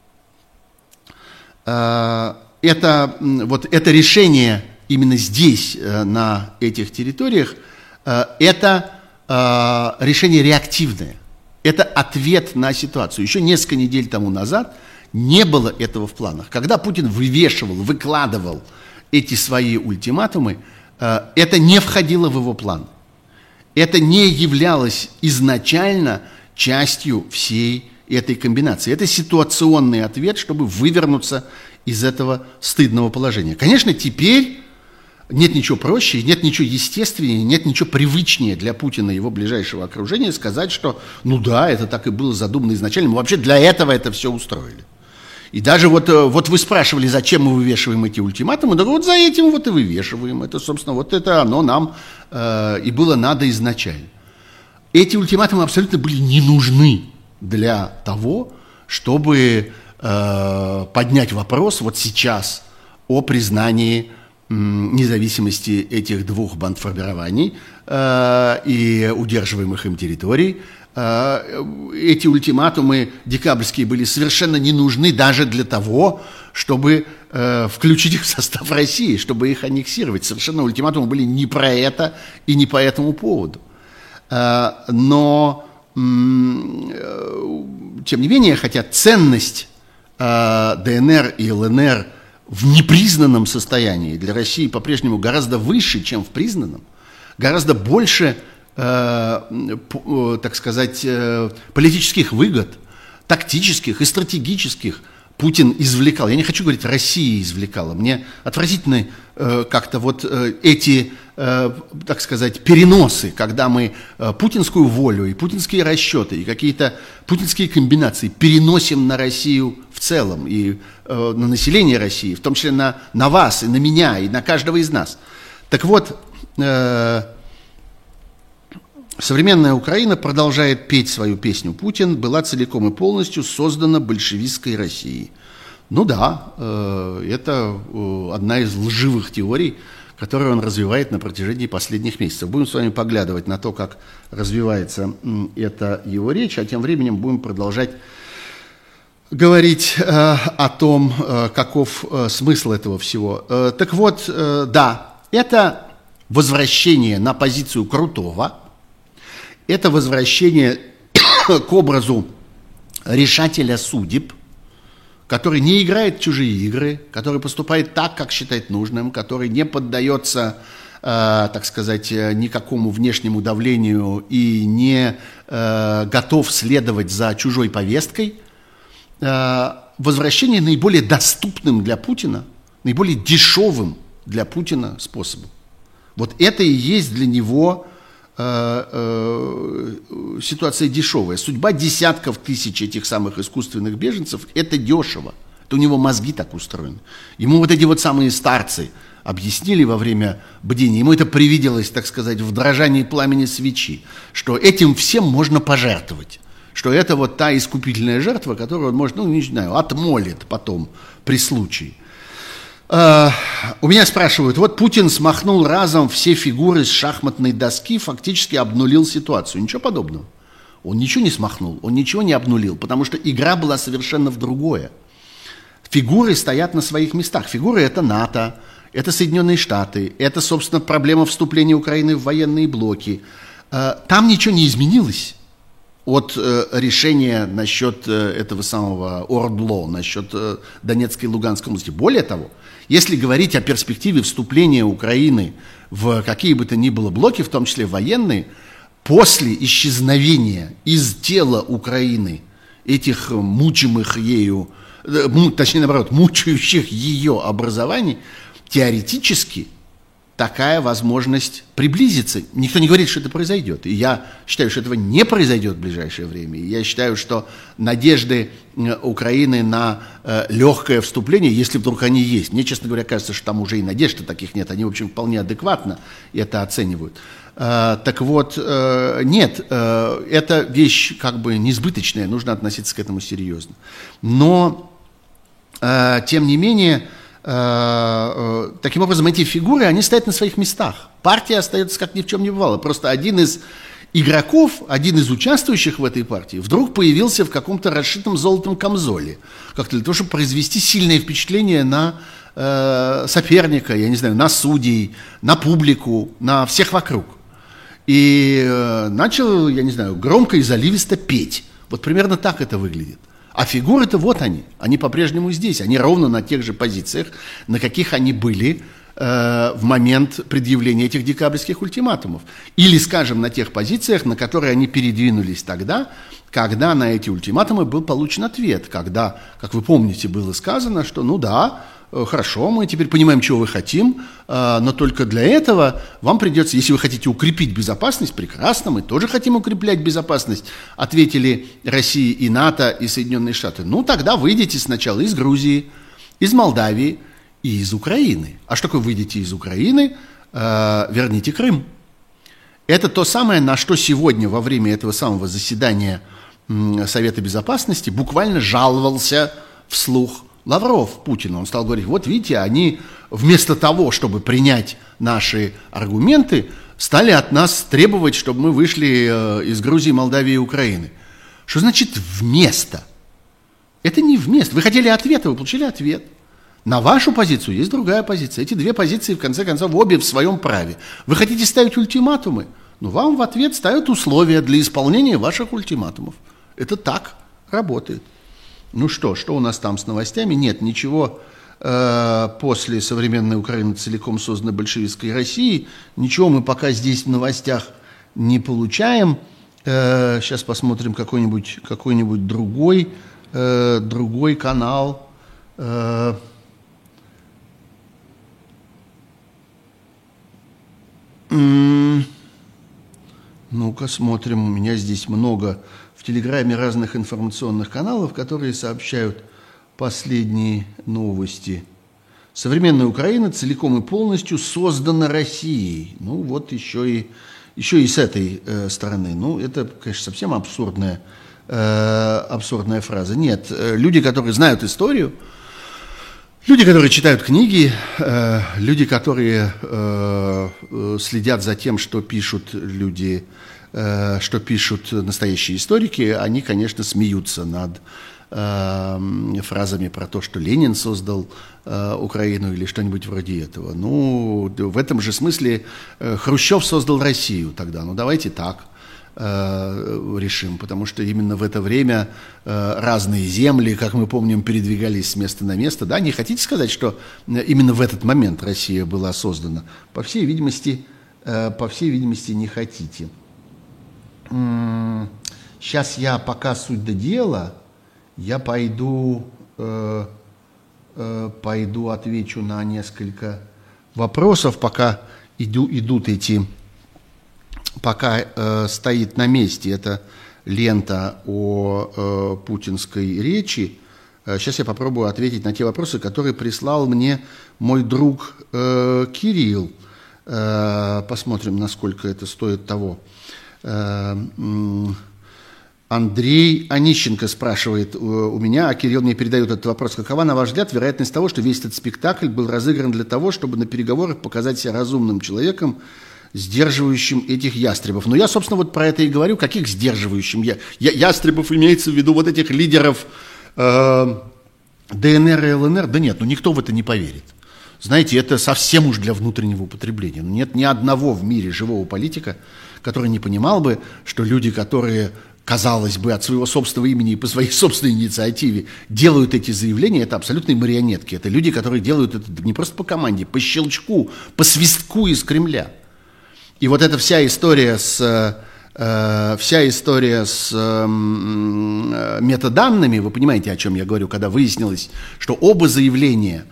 э, это, вот это решение именно здесь, на этих территориях, это решение реактивное. Это ответ на ситуацию. Еще несколько недель тому назад не было этого в планах. Когда Путин вывешивал, выкладывал эти свои ультиматумы, это не входило в его план. Это не являлось изначально частью всей этой комбинации. Это ситуационный ответ, чтобы вывернуться из этого стыдного положения. Конечно, теперь нет ничего проще, нет ничего естественнее, нет ничего привычнее для Путина и его ближайшего окружения сказать, что ну да, это так и было задумано изначально, мы вообще для этого это все устроили. И даже вот, вот вы спрашивали, зачем мы вывешиваем эти ультиматумы, да вот за этим вот и вывешиваем. Это, собственно, вот это оно нам э, и было надо изначально. Эти ультиматумы абсолютно были не нужны для того, чтобы э, поднять вопрос вот сейчас о признании независимости этих двух бандформирований э, и удерживаемых им территорий. Э, эти ультиматумы декабрьские были совершенно не нужны даже для того, чтобы э, включить их в состав России, чтобы их аннексировать. Совершенно ультиматумы были не про это и не по этому поводу. Э, но, э, тем не менее, хотя ценность э, ДНР и ЛНР в непризнанном состоянии для России по-прежнему гораздо выше, чем в признанном, гораздо больше, э, э, так сказать, э, политических выгод, тактических и стратегических Путин извлекал. Я не хочу говорить, Россия извлекала. Мне отвратительны э, как-то вот э, эти так сказать, переносы, когда мы путинскую волю и путинские расчеты и какие-то путинские комбинации переносим на Россию в целом и на население России, в том числе на, на вас и на меня и на каждого из нас. Так вот, современная Украина продолжает петь свою песню «Путин была целиком и полностью создана большевистской Россией». Ну да, это одна из лживых теорий, которую он развивает на протяжении последних месяцев. Будем с вами поглядывать на то, как развивается эта его речь, а тем временем будем продолжать говорить о том, каков смысл этого всего. Так вот, да, это возвращение на позицию крутого, это возвращение к образу решателя судеб, который не играет в чужие игры, который поступает так, как считает нужным, который не поддается, э, так сказать, никакому внешнему давлению и не э, готов следовать за чужой повесткой, э, возвращение наиболее доступным для Путина, наиболее дешевым для Путина способом. Вот это и есть для него э, э, ситуация дешевая. Судьба десятков тысяч этих самых искусственных беженцев – это дешево. Это у него мозги так устроены. Ему вот эти вот самые старцы объяснили во время бдения, ему это привиделось, так сказать, в дрожании пламени свечи, что этим всем можно пожертвовать, что это вот та искупительная жертва, которую он может, ну, не знаю, отмолит потом при случае. У меня спрашивают, вот Путин смахнул разом все фигуры с шахматной доски, фактически обнулил ситуацию. Ничего подобного. Он ничего не смахнул, он ничего не обнулил, потому что игра была совершенно в другое. Фигуры стоят на своих местах. Фигуры – это НАТО, это Соединенные Штаты, это, собственно, проблема вступления Украины в военные блоки. Там ничего не изменилось от решения насчет этого самого ОРДЛО, насчет Донецкой и Луганской области. Более того, если говорить о перспективе вступления Украины в какие бы то ни было блоки, в том числе военные, после исчезновения из тела Украины этих мучимых ею, точнее наоборот, мучающих ее образований, теоретически такая возможность приблизиться. Никто не говорит, что это произойдет. И я считаю, что этого не произойдет в ближайшее время. И я считаю, что надежды Украины на э, легкое вступление, если вдруг они есть, мне, честно говоря, кажется, что там уже и надежд таких нет. Они, в общем, вполне адекватно это оценивают. Э, так вот, э, нет, э, это вещь как бы несбыточная, нужно относиться к этому серьезно. Но, э, тем не менее, таким образом, эти фигуры, они стоят на своих местах. Партия остается как ни в чем не бывало. Просто один из игроков, один из участвующих в этой партии вдруг появился в каком-то расшитом золотом камзоле. Как-то для того, чтобы произвести сильное впечатление на э, соперника, я не знаю, на судей, на публику, на всех вокруг. И э, начал, я не знаю, громко и заливисто петь. Вот примерно так это выглядит. А фигуры-то вот они, они по-прежнему здесь, они ровно на тех же позициях, на каких они были э, в момент предъявления этих декабрьских ультиматумов. Или, скажем, на тех позициях, на которые они передвинулись тогда, когда на эти ультиматумы был получен ответ, когда, как вы помните, было сказано, что ну да, хорошо, мы теперь понимаем, чего вы хотим, но только для этого вам придется, если вы хотите укрепить безопасность, прекрасно, мы тоже хотим укреплять безопасность, ответили Россия и НАТО, и Соединенные Штаты. Ну, тогда выйдите сначала из Грузии, из Молдавии и из Украины. А что такое выйдите из Украины? Верните Крым. Это то самое, на что сегодня во время этого самого заседания Совета Безопасности буквально жаловался вслух Лавров Путину. Он стал говорить, вот видите, они вместо того, чтобы принять наши аргументы, стали от нас требовать, чтобы мы вышли из Грузии, Молдавии и Украины. Что значит вместо? Это не вместо. Вы хотели ответа, вы получили ответ. На вашу позицию есть другая позиция. Эти две позиции, в конце концов, обе в своем праве. Вы хотите ставить ультиматумы? Но вам в ответ ставят условия для исполнения ваших ультиматумов. Это так работает. Ну что, что у нас там с новостями? Нет, ничего э, после современной Украины целиком созданной большевистской России. Ничего мы пока здесь в новостях не получаем. Э, сейчас посмотрим какой-нибудь, какой-нибудь другой, э, другой канал. Э, Ну-ка, смотрим. У меня здесь много в Телеграме разных информационных каналов, которые сообщают последние новости. Современная Украина целиком и полностью создана Россией. Ну, вот еще и, еще и с этой э, стороны. Ну, это, конечно, совсем абсурдная, э, абсурдная фраза. Нет, э, люди, которые знают историю, люди, которые читают книги, э, люди, которые э, э, следят за тем, что пишут люди, э, что пишут настоящие историки, они, конечно, смеются над э, фразами про то, что Ленин создал э, Украину или что-нибудь вроде этого. Ну, в этом же смысле э, Хрущев создал Россию тогда. Ну, давайте так решим, потому что именно в это время э, разные земли, как мы помним, передвигались с места на место. Да? Не хотите сказать, что именно в этот момент Россия была создана? По всей видимости, э, по всей видимости, не хотите. М-м- сейчас я, пока суть до дела, я пойду, э, э, пойду отвечу на несколько вопросов, пока иду, идут эти... Пока э, стоит на месте эта лента о э, путинской речи, э, сейчас я попробую ответить на те вопросы, которые прислал мне мой друг э, Кирилл. Э, посмотрим, насколько это стоит того. Э, э, Андрей Онищенко спрашивает у меня, а Кирилл мне передает этот вопрос. Какова, на ваш взгляд, вероятность того, что весь этот спектакль был разыгран для того, чтобы на переговорах показать себя разумным человеком, сдерживающим этих ястребов? Но я, собственно, вот про это и говорю. Каких сдерживающим? Я, я, ястребов имеется в виду вот этих лидеров э, ДНР и ЛНР? Да нет, ну никто в это не поверит. Знаете, это совсем уж для внутреннего употребления. Нет ни одного в мире живого политика, который не понимал бы, что люди, которые, казалось бы, от своего собственного имени и по своей собственной инициативе делают эти заявления, это абсолютные марионетки. Это люди, которые делают это не просто по команде, по щелчку, по свистку из Кремля. И вот эта вся история с, э, вся история с э, метаданными, вы понимаете, о чем я говорю, когда выяснилось, что оба заявления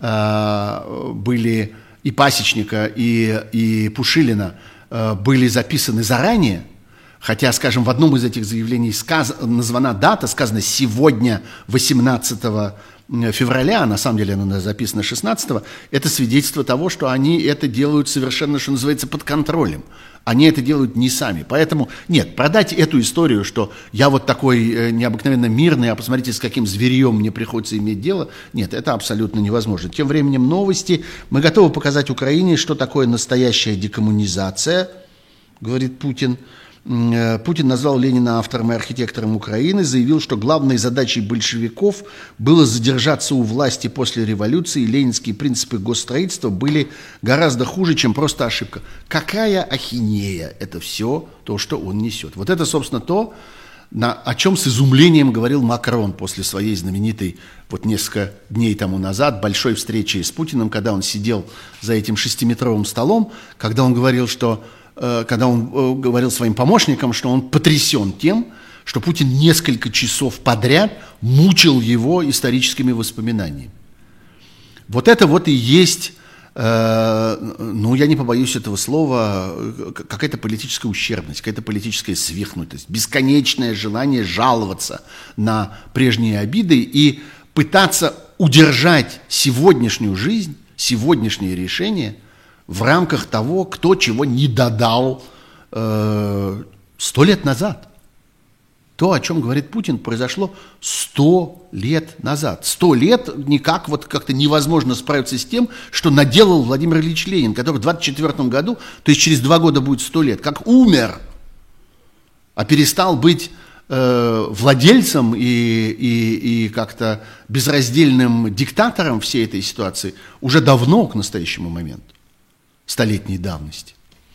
э, были и Пасечника, и, и Пушилина э, были записаны заранее, хотя, скажем, в одном из этих заявлений сказ... названа дата, сказано сегодня, восемнадцатого февраля, а на самом деле она записана шестнадцатого, это свидетельство того, что они это делают совершенно, что называется, под контролем. Они это делают не сами. Поэтому, нет, продать эту историю, что я вот такой необыкновенно мирный, а посмотрите, с каким зверьем мне приходится иметь дело, нет, это абсолютно невозможно. Тем временем новости. Мы готовы показать Украине, что такое настоящая декоммунизация, говорит Путин. Путин назвал Ленина автором и архитектором Украины, заявил, что главной задачей большевиков было задержаться у власти после революции, и ленинские принципы госстроительства были гораздо хуже, чем просто ошибка. Какая ахинея это все, то, что он несет. Вот это, собственно, то, на, о чем с изумлением говорил Макрон после своей знаменитой, вот несколько дней тому назад, большой встречи с Путиным, когда он сидел за этим шестиметровым столом, когда он говорил, что когда он говорил своим помощникам, что он потрясен тем, что Путин несколько часов подряд мучил его историческими воспоминаниями. Вот это вот и есть, э, ну, я не побоюсь этого слова, какая-то политическая ущербность, какая-то политическая свихнутость, бесконечное желание жаловаться на прежние обиды и пытаться удержать сегодняшнюю жизнь, сегодняшние решения в рамках того, кто чего не додал э, сто лет назад. То, о чем говорит Путин, произошло сто лет назад. Сто лет никак вот как-то невозможно справиться с тем, что наделал Владимир Ильич Ленин, который в двадцать четвёртом году, то есть через два года будет сто лет, как умер, а перестал быть э, владельцем и, и, и как-то безраздельным диктатором всей этой ситуации уже давно к настоящему моменту. Столетней давности.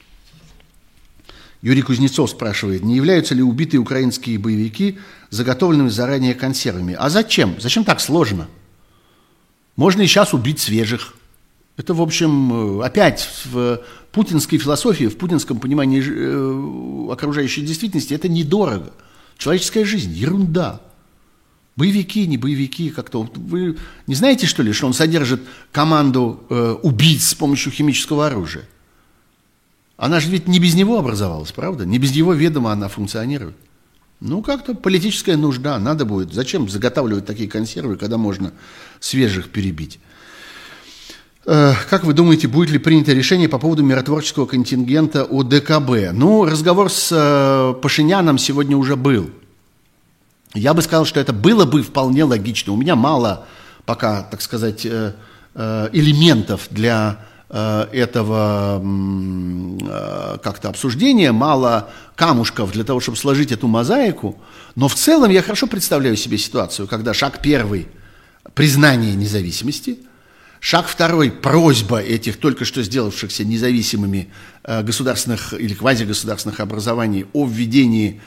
Юрий Кузнецов спрашивает, не являются ли убитые украинские боевики заготовленными заранее консервами? А зачем? Зачем так сложно? Можно и сейчас убить свежих. Это, в общем, опять в путинской философии, в путинском понимании окружающей действительности это недорого. Человеческая жизнь – ерунда. Боевики, не боевики, как-то. Вы не знаете, что ли, что он содержит команду э, убийц с помощью химического оружия? Она же ведь не без него образовалась, правда? Не без его ведома она функционирует. Ну, как-то политическая нужда, надо будет. Зачем заготавливать такие консервы, когда можно свежих перебить? Как вы думаете, будет ли принято решение по поводу миротворческого контингента о дэ ка бэ? Ну, разговор с Пашиняном сегодня уже был. Я бы сказал, что это было бы вполне логично. У меня мало пока, так сказать, элементов для этого как-то обсуждения, мало камушков для того, чтобы сложить эту мозаику. Но в целом я хорошо представляю себе ситуацию, когда шаг первый – признание независимости, шаг второй – просьба этих только что сделавшихся независимыми государственных или квазигосударственных образований о введении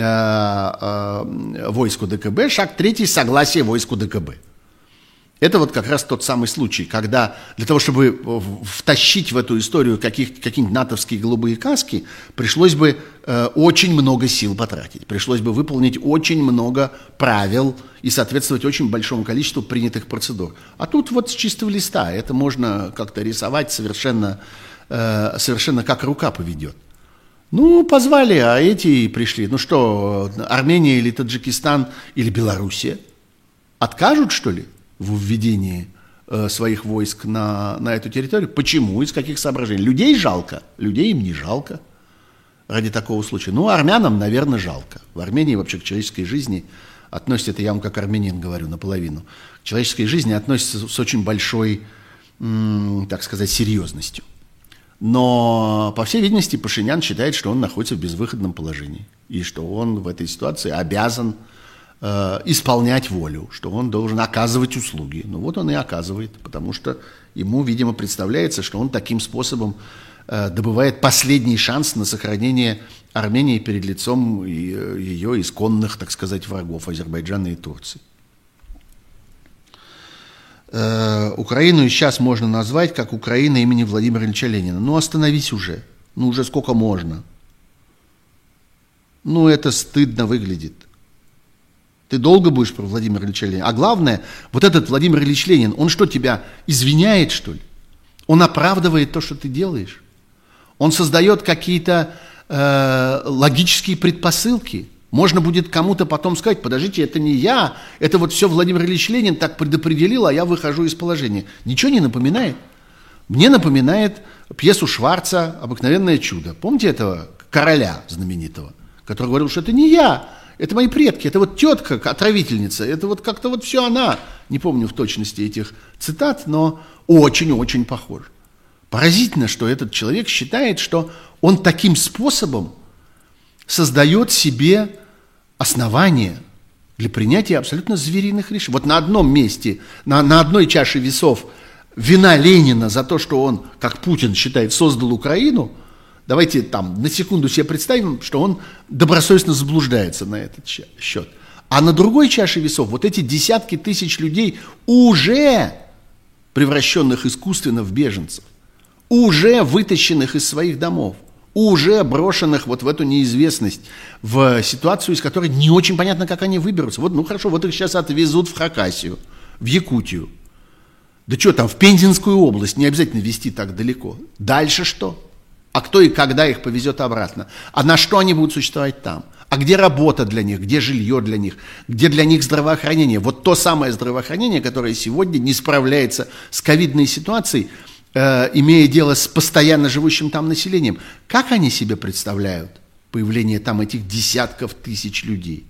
войску дэ ка бэ, шаг третий – согласие войску дэ ка бэ. Это вот как раз тот самый случай, когда для того, чтобы втащить в эту историю каких, какие-нибудь натовские голубые каски, пришлось бы э, очень много сил потратить, пришлось бы выполнить очень много правил и соответствовать очень большому количеству принятых процедур. А тут вот с чистого листа это можно как-то рисовать совершенно, э, совершенно как рука поведет. Ну, позвали, а эти пришли. Ну что, Армения или Таджикистан или Белоруссия откажут, что ли, в введении э, своих войск на, на эту территорию? Почему? Из каких соображений? Людей жалко, людей им не жалко ради такого случая. Ну, армянам, наверное, жалко. В Армении вообще к человеческой жизни относятся, это я вам как армянин говорю наполовину, к человеческой жизни относятся с очень большой, м, так сказать, серьезностью. Но, по всей видимости, Пашинян считает, что он находится в безвыходном положении и что он в этой ситуации обязан исполнять волю, что он должен оказывать услуги. Ну вот он и оказывает, потому что ему, видимо, представляется, что он таким способом э, добывает последний шанс на сохранение Армении перед лицом ее исконных, так сказать, врагов Азербайджана и Турции. Э, Украину и сейчас можно назвать как Украина имени Владимира Ильича Ленина. Ну остановись уже, ну уже сколько можно. Ну это стыдно выглядит. Ты долго будешь про Владимира Ильича Ленина? А главное, вот этот Владимир Ильич Ленин, он что, тебя извиняет, что ли? Он оправдывает то, что ты делаешь? Он создает какие-то э, логические предпосылки? Можно будет кому-то потом сказать: подождите, это не я, это вот все Владимир Ильич Ленин так предопределил, а я выхожу из положения. Ничего не напоминает? Мне напоминает пьесу Шварца «Обыкновенное чудо». Помните этого короля знаменитого, который говорил, что это не я, это мои предки, это вот тетка, отравительница, это вот как-то вот все она. Не помню в точности этих цитат, но очень-очень похоже. Поразительно, что этот человек считает, что он таким способом создает себе основания для принятия абсолютно звериных решений. Вот на одном месте, на, на одной чаше весов вина Ленина за то, что он, как Путин считает, создал Украину. Давайте там на секунду себе представим, что он добросовестно заблуждается на этот счет. А на другой чаше весов вот эти десятки тысяч людей, уже превращенных искусственно в беженцев, уже вытащенных из своих домов, уже брошенных вот в эту неизвестность, в ситуацию, из которой не очень понятно, как они выберутся. Вот, ну хорошо, вот их сейчас отвезут в Хакасию, в Якутию. Да что там, в Пензенскую область, не обязательно везти так далеко. Дальше что? А кто и когда их повезет обратно? А на что они будут существовать там? А где работа для них? Где жилье для них? Где для них здравоохранение? Вот то самое здравоохранение, которое сегодня не справляется с ковидной ситуацией, э, имея дело с постоянно живущим там населением. Как они себе представляют появление там этих десятков тысяч людей?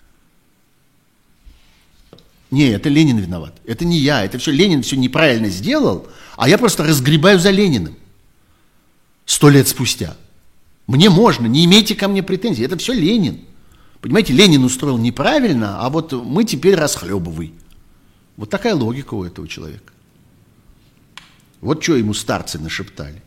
Не, это Ленин виноват. Это не я. Это все Ленин все неправильно сделал, а я просто разгребаю за Лениным. Сто лет спустя. Мне можно, не имейте ко мне претензий. Это все Ленин. Понимаете, Ленин устроил неправильно, а вот мы теперь расхлебывай. Вот такая логика у этого человека. Вот что ему старцы нашептали.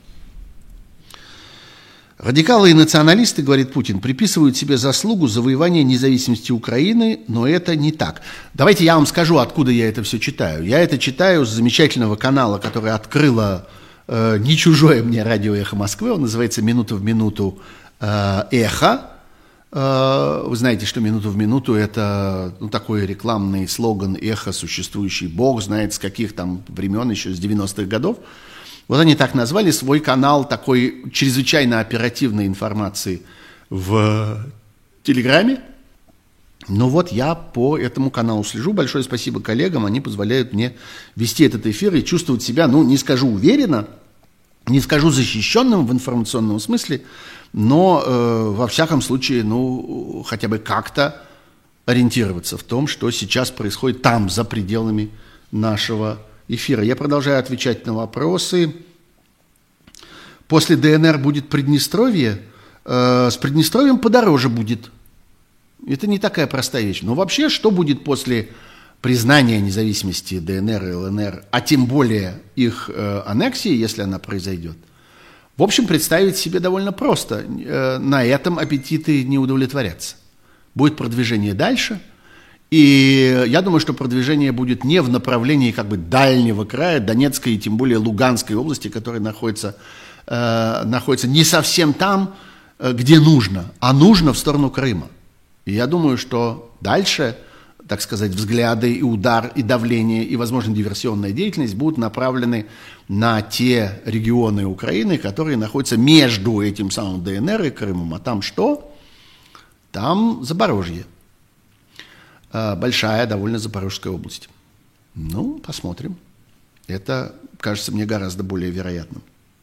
Радикалы и националисты, говорит Путин, приписывают себе заслугу завоевания независимости Украины, но это не так. Давайте я вам скажу, откуда я это все читаю. Я это читаю с замечательного канала, который открыла э, не чужое мне радио «Эхо Москвы». Он называется «Минута в минуту э, эхо». Э, вы знаете, что «Минута в минуту» – это ну, такой рекламный слоган «Эхо», существующий бог знает с каких там времен, еще с девяностых годов. Вот они так назвали свой канал такой чрезвычайно оперативной информации в Телеграме. Ну вот я по этому каналу слежу. Большое спасибо коллегам. Они позволяют мне вести этот эфир и чувствовать себя, ну, не скажу уверенно, не скажу защищенным в информационном смысле, но э, во всяком случае, ну, хотя бы как-то ориентироваться в том, что сейчас происходит там, за пределами нашего эфира. Я продолжаю отвечать на вопросы. После ДНР будет Приднестровье. Э, с Приднестровьем подороже будет. Это не такая простая вещь. Но вообще, что будет после признания независимости ДНР и ЛНР, а тем более их э, аннексии, если она произойдет, в общем, представить себе довольно просто. Э, на этом аппетиты не удовлетворятся. Будет продвижение дальше, и я думаю, что продвижение будет не в направлении как бы дальнего края, Донецкой и тем более Луганской области, которая находится, э, находится не совсем там, э, где нужно, а нужно в сторону Крыма. И я думаю, что дальше, так сказать, взгляды и удар, и давление, и, возможно, диверсионная деятельность будут направлены на те регионы Украины, которые находятся между этим самым ДНР и Крымом. А там что? Там Запорожье. Большая довольно Запорожская область. Ну, посмотрим. Это кажется мне гораздо более вероятным.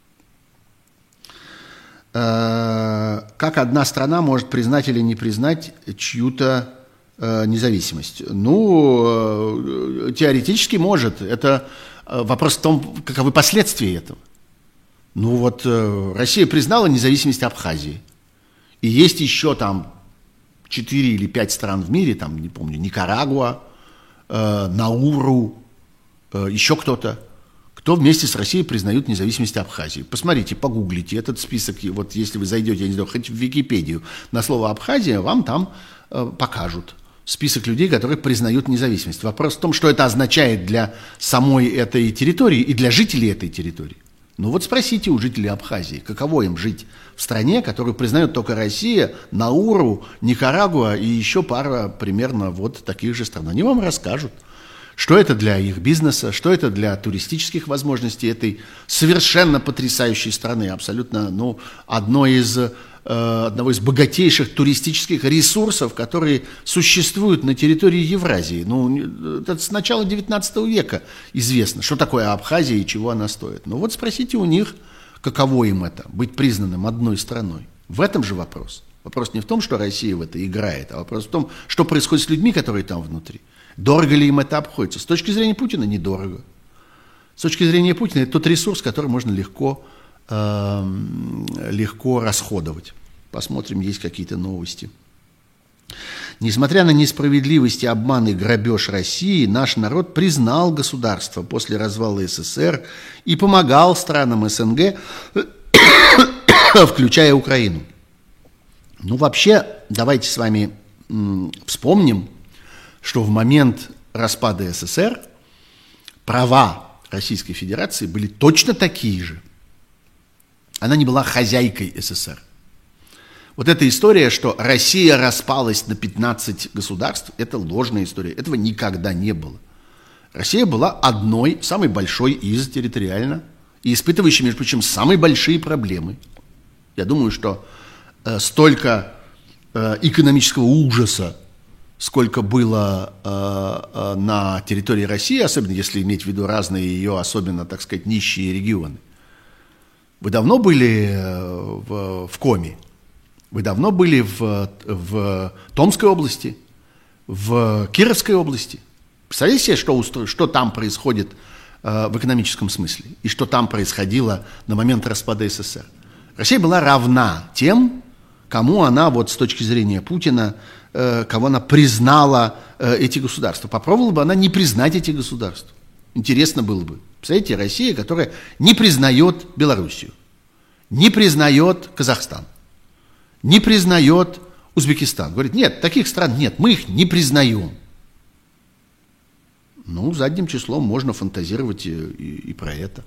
Как одна страна может признать или не признать чью-то э, независимость? Ну, э, теоретически может. Это вопрос в том, каковы последствия этого. Ну вот э, Россия признала независимость Абхазии. И есть еще там четыре или пять стран в мире, там, не помню, Никарагуа, э, Науру, э, еще кто-то, кто вместе с Россией признают независимость Абхазии. Посмотрите, погуглите этот список, вот если вы зайдете, я не знаю, хоть в Википедию на слово Абхазия, вам там э, покажут список людей, которые признают независимость. Вопрос в том, что это означает для самой этой территории и для жителей этой территории. Ну вот спросите у жителей Абхазии, каково им жить в стране, которую признают только Россия, Науру, Никарагуа и еще пара примерно вот таких же стран. Они вам расскажут. Что это для их бизнеса, что это для туристических возможностей этой совершенно потрясающей страны, абсолютно, ну, одно из, э, одного из богатейших туристических ресурсов, которые существуют на территории Евразии. Ну, это с начала девятнадцатого века известно, что такое Абхазия и чего она стоит. Ну вот спросите у них, каково им это, быть признанным одной страной. В этом же вопрос. Вопрос не в том, что Россия в это играет, а вопрос в том, что происходит с людьми, которые там внутри. Дорого ли им это обходится? С точки зрения Путина недорого. С точки зрения Путина это тот ресурс, который можно легко, э, легко расходовать. Посмотрим, есть какие-то новости. Несмотря на несправедливость, обман и грабеж России, наш народ признал государство после развала СССР и помогал странам СНГ, включая Украину. Ну, вообще, давайте с вами м, вспомним, что в момент распада СССР права Российской Федерации были точно такие же. Она не была хозяйкой СССР. Вот эта история, что Россия распалась на пятнадцать государств, это ложная история. Этого никогда не было. Россия была одной, самой большой из территориально, и испытывающей, между прочим, самые большие проблемы. Я думаю, что э, столько э, экономического ужаса, сколько было э, э, на территории России, особенно если иметь в виду разные ее, особенно, так сказать, нищие регионы. Вы давно были э, в, в Коми? Вы давно были в, в Томской области, в Кировской области? Представляете себе, что, устро... что там происходит э, в экономическом смысле и что там происходило на момент распада СССР? Россия была равна тем, кому она, вот с точки зрения Путина, э, кого она признала э, эти государства. Попробовала бы она не признать эти государства. Интересно было бы. Представляете, Россия, которая не признает Белоруссию, не признает Казахстан, не признает Узбекистан. Говорит, нет, таких стран нет, мы их не признаем. Ну, задним числом можно фантазировать и, и, и про это.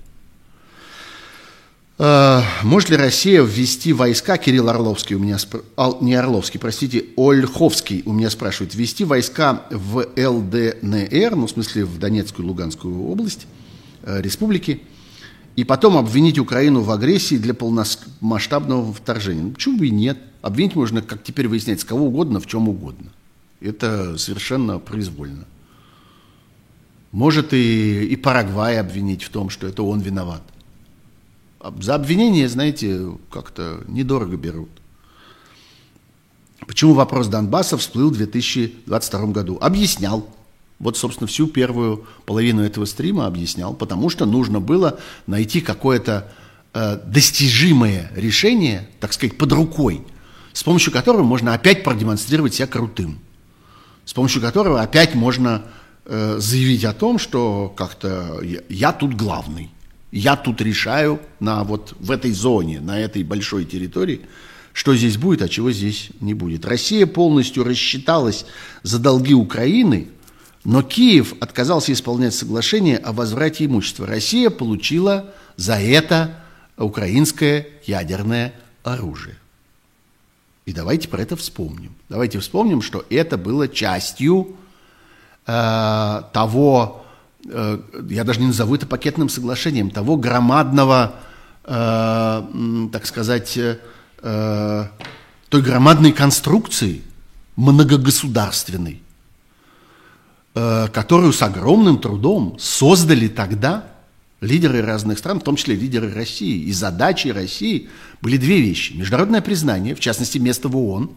Э, может ли Россия ввести войска, Кирилл Орловский у меня, спр... не Орловский, простите, Ольховский у меня спрашивает, ввести войска в ЛДНР, ну, в смысле в Донецкую и Луганскую область, э, республики, и потом обвинить Украину в агрессии для полномасштабного вторжения. Ну, почему бы и нет? Обвинить можно, как теперь выясняется, кого угодно, в чем угодно. Это совершенно произвольно. Может и, и Парагвай обвинить в том, что это он виноват. За обвинение, знаете, как-то недорого берут. Почему вопрос Донбасса всплыл в две тысячи двадцать втором году? Объяснял. Вот, собственно, всю первую половину этого стрима объяснял. Потому что нужно было найти какое-то э, достижимое решение, так сказать, под рукой, с помощью которого можно опять продемонстрировать себя крутым. С помощью которого опять можно э, заявить о том, что как-то я, я тут главный. Я тут решаю на, вот, в этой зоне, на этой большой территории, что здесь будет, а чего здесь не будет. Россия полностью рассчиталась за долги Украины, но Киев отказался исполнять соглашение о возврате имущества. Россия получила за это украинское ядерное оружие. И давайте про это вспомним. Давайте вспомним, что это было частью э, того, э, я даже не назову это пакетным соглашением, того громадного, э, так сказать, э, той громадной конструкции многогосударственной, э, которую с огромным трудом создали тогда лидеры разных стран, в том числе лидеры России. И задачей России были две вещи. Международное признание, в частности, место в ООН.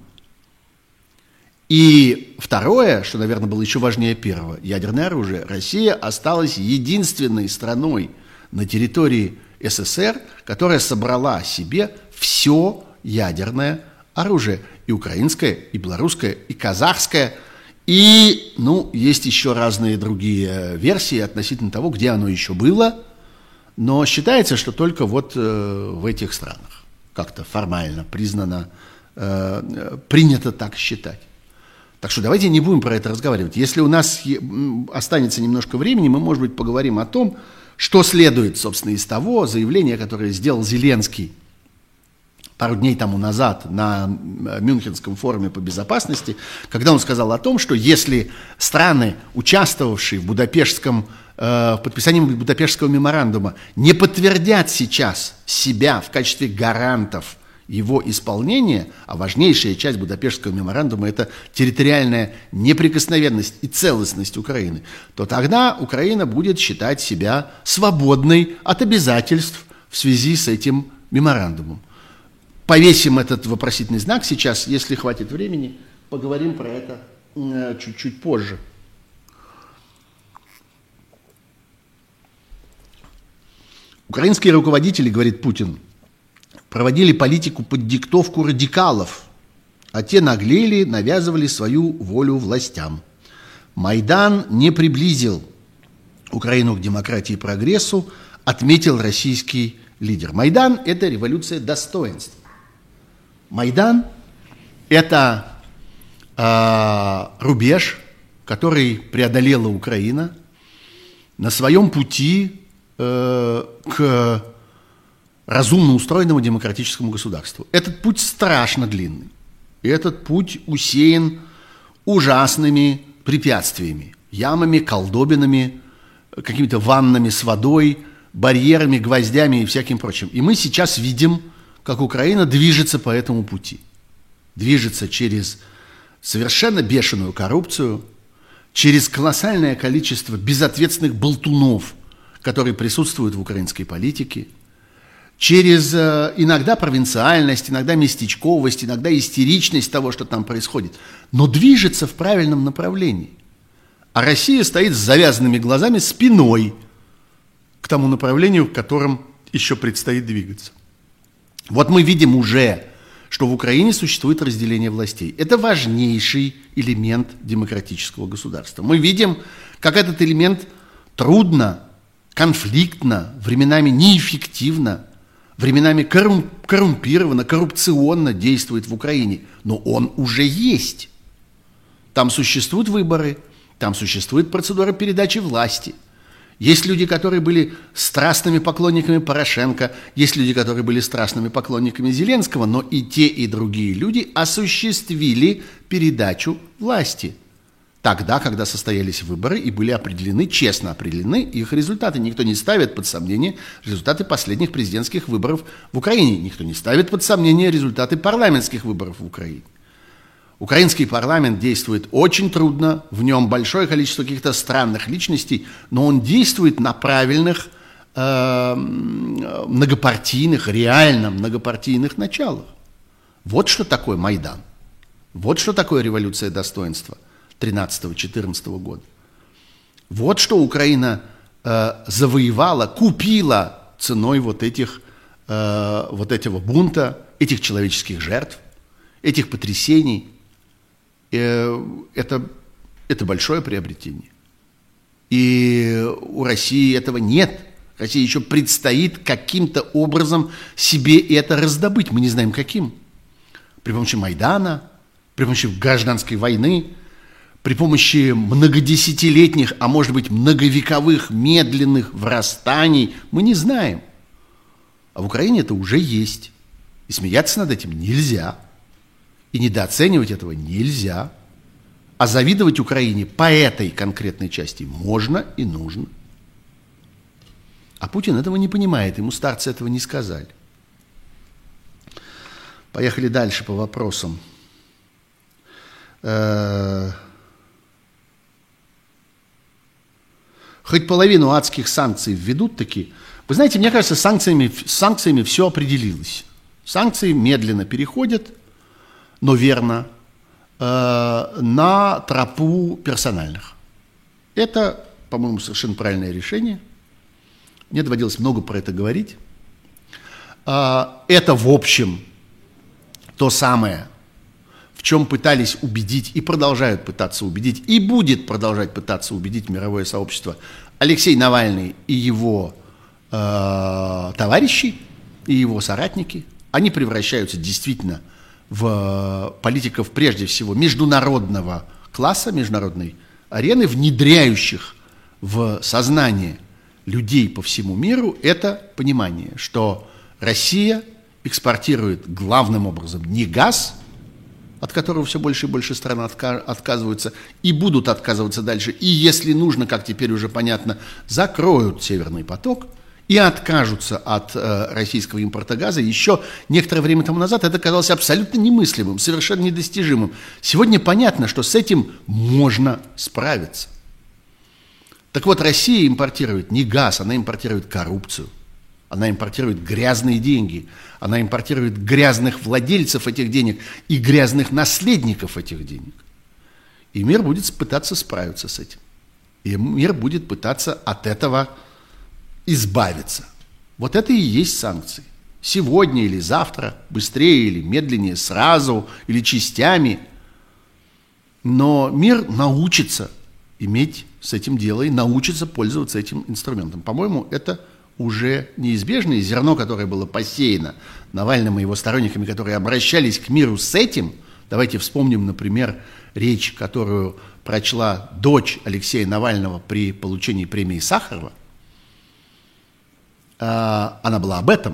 И второе, что, наверное, было еще важнее первого, ядерное оружие. Россия осталась единственной страной на территории СССР, которая собрала себе все ядерное оружие. И украинское, и белорусское, и казахское. И, ну, есть еще разные другие версии относительно того, где оно еще было. Но считается, что только вот э, в этих странах как-то формально признано, э, принято так считать. Так что давайте не будем про это разговаривать. Если у нас останется немножко времени, мы, может быть, поговорим о том, что следует, собственно, из того заявления, которое сделал Зеленский пару дней тому назад на Мюнхенском форуме по безопасности, когда он сказал о том, что если страны, участвовавшие в Будапештском, э, в подписании Будапештского меморандума, не подтвердят сейчас себя в качестве гарантов его исполнения, а важнейшая часть Будапештского меморандума – это территориальная неприкосновенность и целостность Украины, то тогда Украина будет считать себя свободной от обязательств в связи с этим меморандумом. Повесим этот вопросительный знак сейчас, если хватит времени, поговорим про это э, чуть-чуть позже. Украинские руководители, говорит Путин, проводили политику под диктовку радикалов, а те наглели, навязывали свою волю властям. Майдан не приблизил Украину к демократии и прогрессу, отметил российский лидер. Майдан – это революция достоинств. Майдан – это э, рубеж, который преодолела Украина на своем пути э, к разумно устроенному демократическому государству. Этот путь страшно длинный. И этот путь усеян ужасными препятствиями, ямами, колдобинами, какими-то ваннами с водой, барьерами, гвоздями и всяким прочим. И мы сейчас видим, как Украина движется по этому пути. Движется через совершенно бешеную коррупцию, через колоссальное количество безответственных болтунов, которые присутствуют в украинской политике, через э, иногда провинциальность, иногда местечковость, иногда истеричность того, что там происходит, но движется в правильном направлении. А Россия стоит с завязанными глазами спиной к тому направлению, в котором еще предстоит двигаться. Вот мы видим уже, что в Украине существует разделение властей. Это важнейший элемент демократического государства. Мы видим, как этот элемент трудно, конфликтно, временами неэффективно, временами коррум- коррумпированно, коррупционно действует в Украине. Но он уже есть. Там существуют выборы, там существует процедура передачи власти. Есть люди, которые были страстными поклонниками Порошенко, есть люди, которые были страстными поклонниками Зеленского, но и те, и другие люди осуществили передачу власти. Тогда, когда состоялись выборы и были определены, честно определены их результаты. Никто не ставит под сомнение результаты последних президентских выборов в Украине. Никто не ставит под сомнение результаты парламентских выборов в Украине. Украинский парламент действует очень трудно, в нем большое количество каких-то странных личностей, но он действует на правильных, э, многопартийных, реально многопартийных началах. Вот что такое Майдан. Вот что такое революция достоинства тринадцатого-четырнадцатого года. Вот что Украина э, завоевала, купила ценой вот, этих, э, вот этого бунта, этих человеческих жертв, этих потрясений. Э, это, это большое приобретение. И у России этого нет. России еще предстоит каким-то образом себе это раздобыть. Мы не знаем каким. При помощи Майдана, при помощи гражданской войны, при помощи многодесятилетних, а может быть многовековых медленных врастаний, мы не знаем. А в Украине это уже есть. И смеяться над этим нельзя. И недооценивать этого нельзя. А завидовать Украине по этой конкретной части можно и нужно. А Путин этого не понимает, ему старцы этого не сказали. Поехали дальше по вопросам. Хоть половину адских санкций введут таки. Вы знаете, мне кажется, с санкциями, с санкциями все определилось. Санкции медленно переходят, но верно, э, на тропу персональных. Это, по-моему, совершенно правильное решение. Мне доводилось много про это говорить. Э, это, в общем, то самое, в чем пытались убедить и продолжают пытаться убедить, и будет продолжать пытаться убедить мировое сообщество Алексей Навальный и его э, товарищи, и его соратники. Они превращаются действительно в политиков, прежде всего, международного класса, международной арены, внедряющих в сознание людей по всему миру это понимание, что Россия экспортирует главным образом не газ, от которого все больше и больше стран отказываются и будут отказываться дальше. И если нужно, как теперь уже понятно, закроют Северный поток и откажутся от э, российского импорта газа. Еще некоторое время тому назад это казалось абсолютно немыслимым, совершенно недостижимым. Сегодня понятно, что с этим можно справиться. Так вот, Россия импортирует не газ, она импортирует коррупцию. Она импортирует грязные деньги, она импортирует грязных владельцев этих денег и грязных наследников этих денег. И мир будет пытаться справиться с этим. И мир будет пытаться от этого избавиться. Вот это и есть санкции. Сегодня или завтра, быстрее или медленнее, сразу или частями. Но мир научится иметь с этим дело и научится пользоваться этим инструментом. По-моему, это уже неизбежно, и зерно, которое было посеяно Навальным и его сторонниками, которые обращались к миру с этим. Давайте вспомним, например, речь, которую прочла дочь Алексея Навального при получении премии Сахарова. Она была об этом.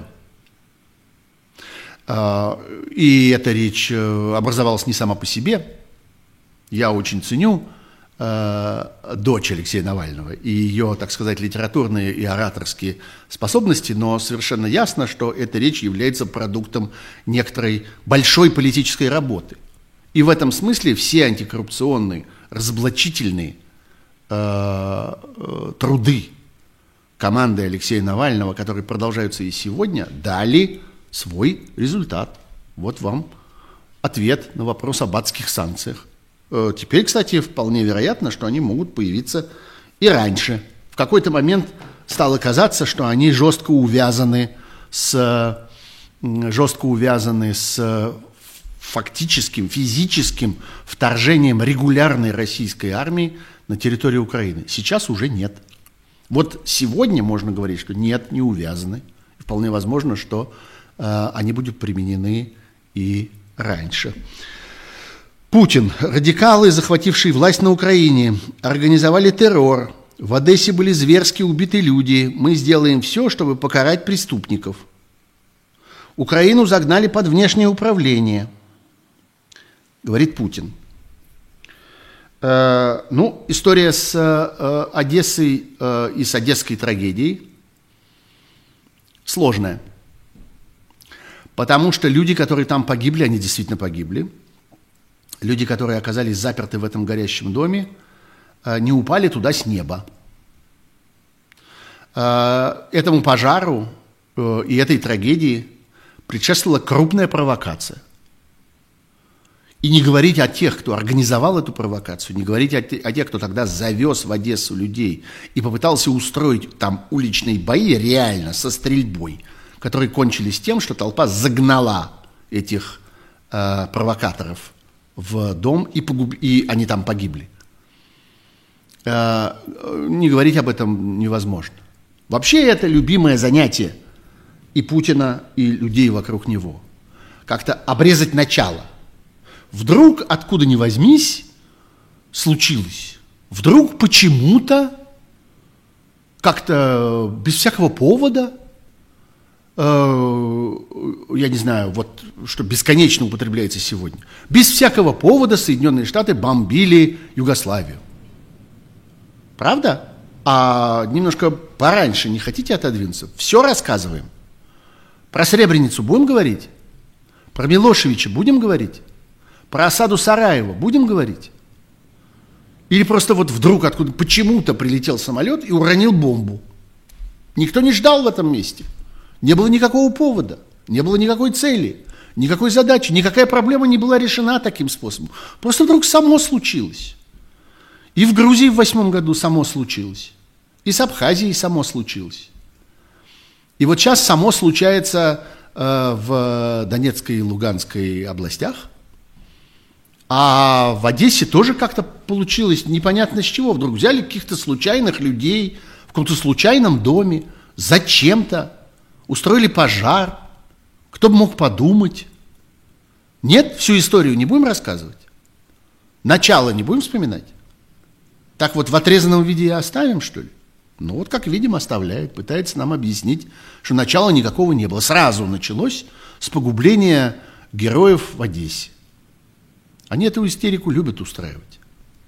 И эта речь образовалась не сама по себе. Я очень ценю дочь Алексея Навального и ее, так сказать, литературные и ораторские способности, но совершенно ясно, что эта речь является продуктом некоторой большой политической работы. И в этом смысле все антикоррупционные, разоблачительные э, э, труды команды Алексея Навального, которые продолжаются и сегодня, дали свой результат. Вот вам ответ на вопрос об адских санкциях. Теперь, кстати, вполне вероятно, что они могут появиться и раньше. В какой-то момент стало казаться, что они жестко увязаны с, жестко увязаны с фактическим, физическим вторжением регулярной российской армии на территорию Украины. Сейчас уже нет. Вот сегодня можно говорить, что нет, не увязаны. Вполне возможно, что э, они будут применены и раньше. Путин. Радикалы, захватившие власть на Украине, организовали террор. В Одессе были зверски убиты люди. Мы сделаем все, чтобы покарать преступников. Украину загнали под внешнее управление, говорит Путин. Э, ну, история с э, Одессой э, и с одесской трагедией сложная. Потому что люди, которые там погибли, они действительно погибли. Люди, которые оказались заперты в этом горящем доме, э, не упали туда с неба. Э, этому пожару э, и этой трагедии предшествовала крупная провокация. И не говорить о тех, кто организовал эту провокацию, не говорить о, те, о тех, кто тогда завез в Одессу людей и попытался устроить там уличные бои реально со стрельбой, которые кончились тем, что толпа загнала этих э, провокаторов в дом, и, погуб... и они там погибли. Э, не говорить об этом невозможно. Вообще это любимое занятие и Путина, и людей вокруг него. Как-то обрезать начало. Вдруг, откуда ни возьмись, случилось. Вдруг почему-то, как-то без всякого повода, э, я не знаю, вот что бесконечно употребляется сегодня, без всякого повода Соединенные Штаты бомбили Югославию. Правда? А немножко пораньше не хотите отодвинуться? Все рассказываем. Про Сребреницу будем говорить? Про Милошевича будем говорить? Про осаду Сараева будем говорить? Или просто вот вдруг откуда почему-то прилетел самолет и уронил бомбу? Никто не ждал в этом месте. Не было никакого повода, не было никакой цели, никакой задачи, никакая проблема не была решена таким способом. Просто вдруг само случилось. И в Грузии в восьмом году само случилось. И с Абхазией само случилось. И вот сейчас само случается э, в Донецкой и Луганской областях. А в Одессе тоже как-то получилось непонятно с чего. Вдруг взяли каких-то случайных людей в каком-то случайном доме, зачем-то устроили пожар. Кто бы мог подумать? Нет, всю историю не будем рассказывать? Начало не будем вспоминать? Так вот в отрезанном виде и оставим, что ли? Ну вот, как видим, оставляет, пытается нам объяснить, что начала никакого не было. Сразу началось с погубления героев в Одессе. Они эту истерику любят устраивать.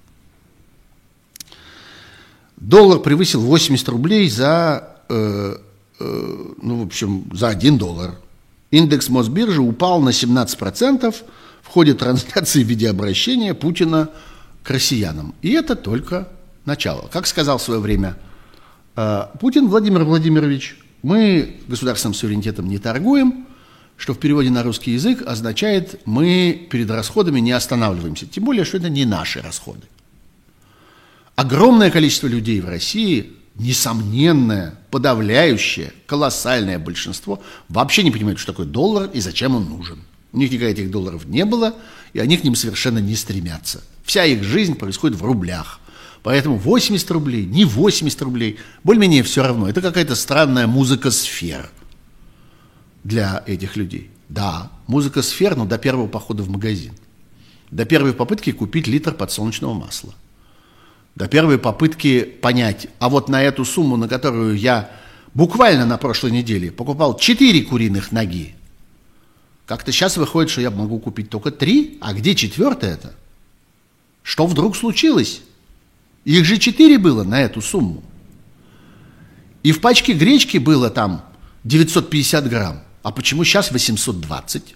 Доллар превысил восемьдесят рублей за, э, э, ну, в общем, за один доллар. Индекс Мосбиржи упал на семнадцать процентов в ходе трансляции видеообращения Путина к россиянам. И это только начало. Как сказал в свое время э, Путин Владимир Владимирович, мы государственным суверенитетом не торгуем, что в переводе на русский язык означает, мы перед расходами не останавливаемся. Тем более, что это не наши расходы. Огромное количество людей в России, несомненное, подавляющее, колоссальное большинство, вообще не понимают, что такое доллар и зачем он нужен. У них никогда этих долларов не было, и они к ним совершенно не стремятся. Вся их жизнь происходит в рублях. Поэтому восемьдесят рублей, не восемьдесят рублей, более-менее все равно. Это какая-то странная музыка сфер для этих людей. Да, музыка сфер, но до первого похода в магазин. До первой попытки купить литр подсолнечного масла. До первой попытки понять, а вот на эту сумму, на которую я буквально на прошлой неделе покупал четыре куриных ноги, как-то сейчас выходит, что я могу купить только три, а где четвертая-то? Что вдруг случилось? Их же четыре было на эту сумму. И в пачке гречки было там девятьсот пятьдесят грамм. А почему сейчас восемьсот двадцать?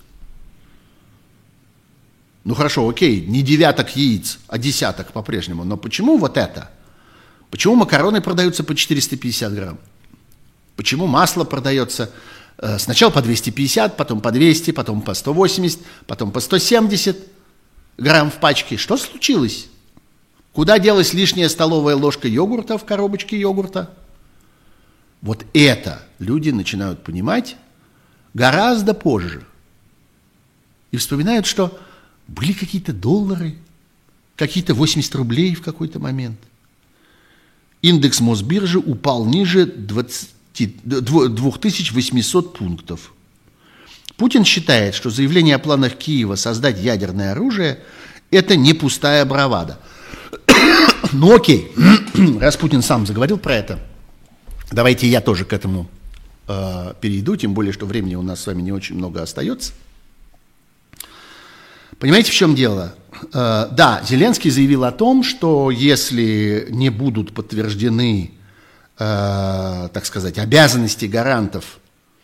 Ну хорошо, окей, не девяток яиц, а десяток по-прежнему. Но почему вот это? Почему макароны продаются по четыреста пятьдесят грамм? Почему масло продается э, сначала по двести пятьдесят, потом по двести, потом по сто восемьдесят, потом по сто семьдесят грамм в пачке? Что случилось? Куда делась лишняя столовая ложка йогурта в коробочке йогурта? Вот это люди начинают понимать гораздо позже. И вспоминают, что были какие-то доллары, какие-то восемьдесят рублей в какой-то момент. Индекс Мосбиржи упал ниже две тысячи восемьсот пунктов. Путин считает, что заявление о планах Киева создать ядерное оружие – это не пустая бравада. Ну окей, раз Путин сам заговорил про это, давайте я тоже к этому э, перейду, тем более, что времени у нас с вами не очень много остается. Понимаете, в чем дело? э, да, Зеленский заявил о том, что если не будут подтверждены, э, так сказать, обязанности гарантов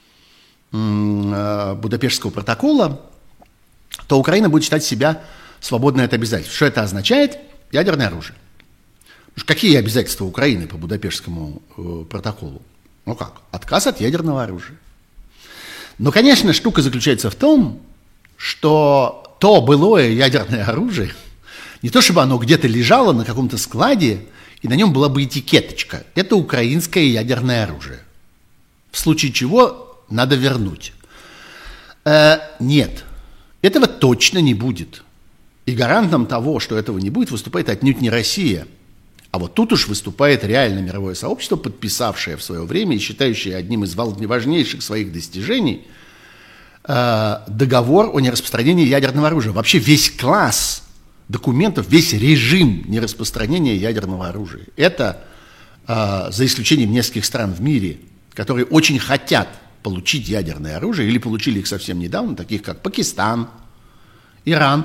э, Будапештского протокола, то Украина будет считать себя свободной от обязательств. Что это означает? Ядерное оружие. Какие обязательства Украины по Будапештскому э, протоколу? Ну как? Отказ от ядерного оружия. Но, конечно, штука заключается в том, что то былое ядерное оружие, не то чтобы оно где-то лежало на каком-то складе, и на нем была бы этикеточка. Это украинское ядерное оружие. В случае чего надо вернуть. Э, нет, этого точно не будет. И гарантом того, что этого не будет, выступает отнюдь не Россия. А вот тут уж выступает реально мировое сообщество, подписавшее в свое время и считающее одним из важнейших своих достижений э, договор о нераспространении ядерного оружия. Вообще весь класс документов, весь режим нераспространения ядерного оружия. Это, э, за исключением нескольких стран в мире, которые очень хотят получить ядерное оружие или получили их совсем недавно, таких как Пакистан, Иран,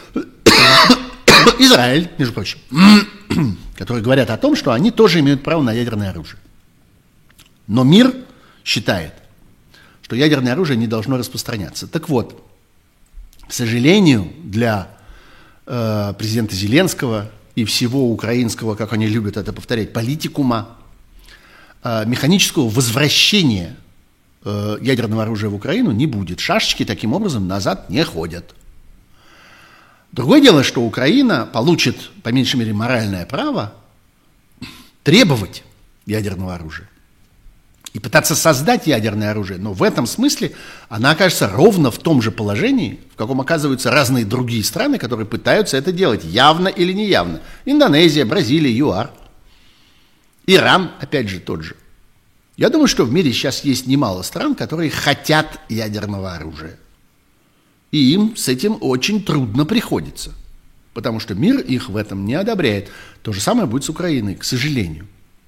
Израиль, между прочим, которые говорят о том, что они тоже имеют право на ядерное оружие. Но мир считает, что ядерное оружие не должно распространяться. Так вот, к сожалению, для э, президента Зеленского и всего украинского, как они любят это повторять, политикума, э, механического возвращения э, ядерного оружия в Украину не будет. Шашечки таким образом назад не ходят. Другое дело, что Украина получит, по меньшей мере, моральное право требовать ядерного оружия и пытаться создать ядерное оружие. Но в этом смысле она окажется ровно в том же положении, в каком оказываются разные другие страны, которые пытаются это делать, явно или неявно. Индонезия, Бразилия, ЮАР, Иран, опять же, тот же. Я думаю, что в мире сейчас есть немало стран, которые хотят ядерного оружия. И им с этим очень трудно приходится, потому что мир их в этом не одобряет. То же самое будет с Украиной, к сожалению.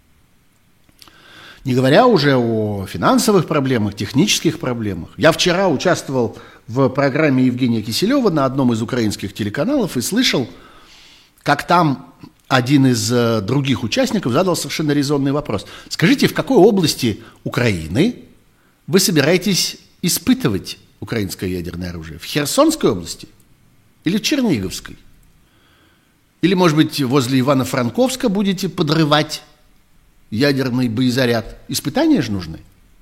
Не говоря уже о финансовых проблемах, технических проблемах. Я вчера участвовал в программе Евгения Киселева на одном из украинских телеканалов и слышал, как там один из других участников задал совершенно резонный вопрос. Скажите, в какой области Украины вы собираетесь испытывать украинское ядерное оружие? В Херсонской области или в Черниговской? Или, может быть, возле Ивано-Франковска будете подрывать ядерный боезаряд? Испытания же нужны.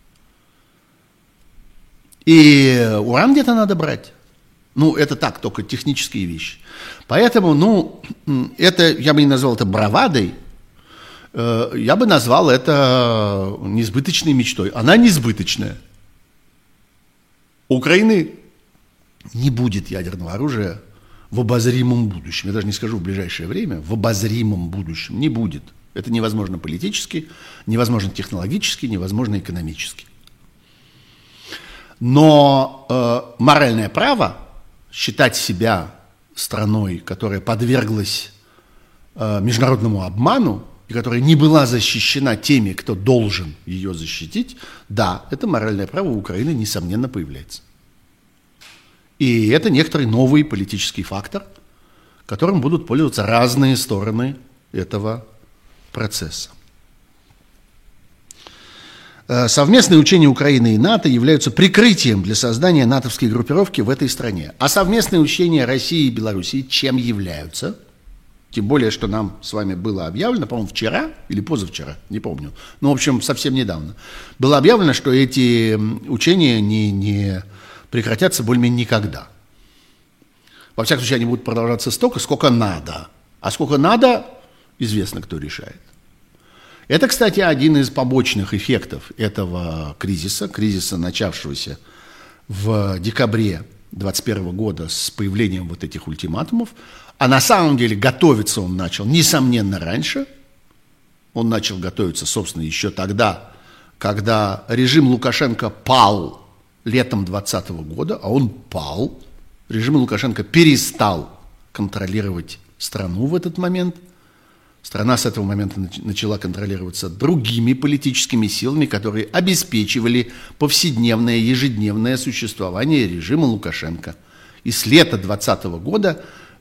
И уран где-то надо брать. Ну, это так, только технические вещи. Поэтому, ну, это, я бы не назвал это бравадой, я бы назвал это несбыточной мечтой. Она несбыточная. У Украины не будет ядерного оружия в обозримом будущем. Я даже не скажу в ближайшее время, в обозримом будущем не будет. Это невозможно политически, невозможно технологически, невозможно экономически. Но э, моральное право считать себя страной, которая подверглась э, международному обману и которая не была защищена теми, кто должен ее защитить, да, это моральное право у Украины, несомненно, появляется. И это некоторый новый политический фактор, которым будут пользоваться разные стороны этого процесса. Совместные учения Украины и НАТО являются прикрытием для создания натовской группировки в этой стране. А совместные учения России и Белоруссии чем являются? Тем более, что нам с вами было объявлено, по-моему, вчера или позавчера, не помню, ну, в общем, совсем недавно, было объявлено, что эти учения не, не прекратятся более-менее никогда. Во всяком случае, они будут продолжаться столько, сколько надо. А сколько надо, известно, кто решает. Это, кстати, один из побочных эффектов этого кризиса, кризиса, начавшегося в декабре двадцать первого года с появлением вот этих ультиматумов. А на самом деле готовиться он начал, несомненно, раньше. Он начал готовиться, собственно, еще тогда, когда режим Лукашенко пал летом двадцатого года, а он пал. Режим Лукашенко перестал контролировать страну в этот момент. Страна с этого момента начала контролироваться другими политическими силами, которые обеспечивали повседневное, ежедневное существование режима Лукашенко. И с лета двадцатого года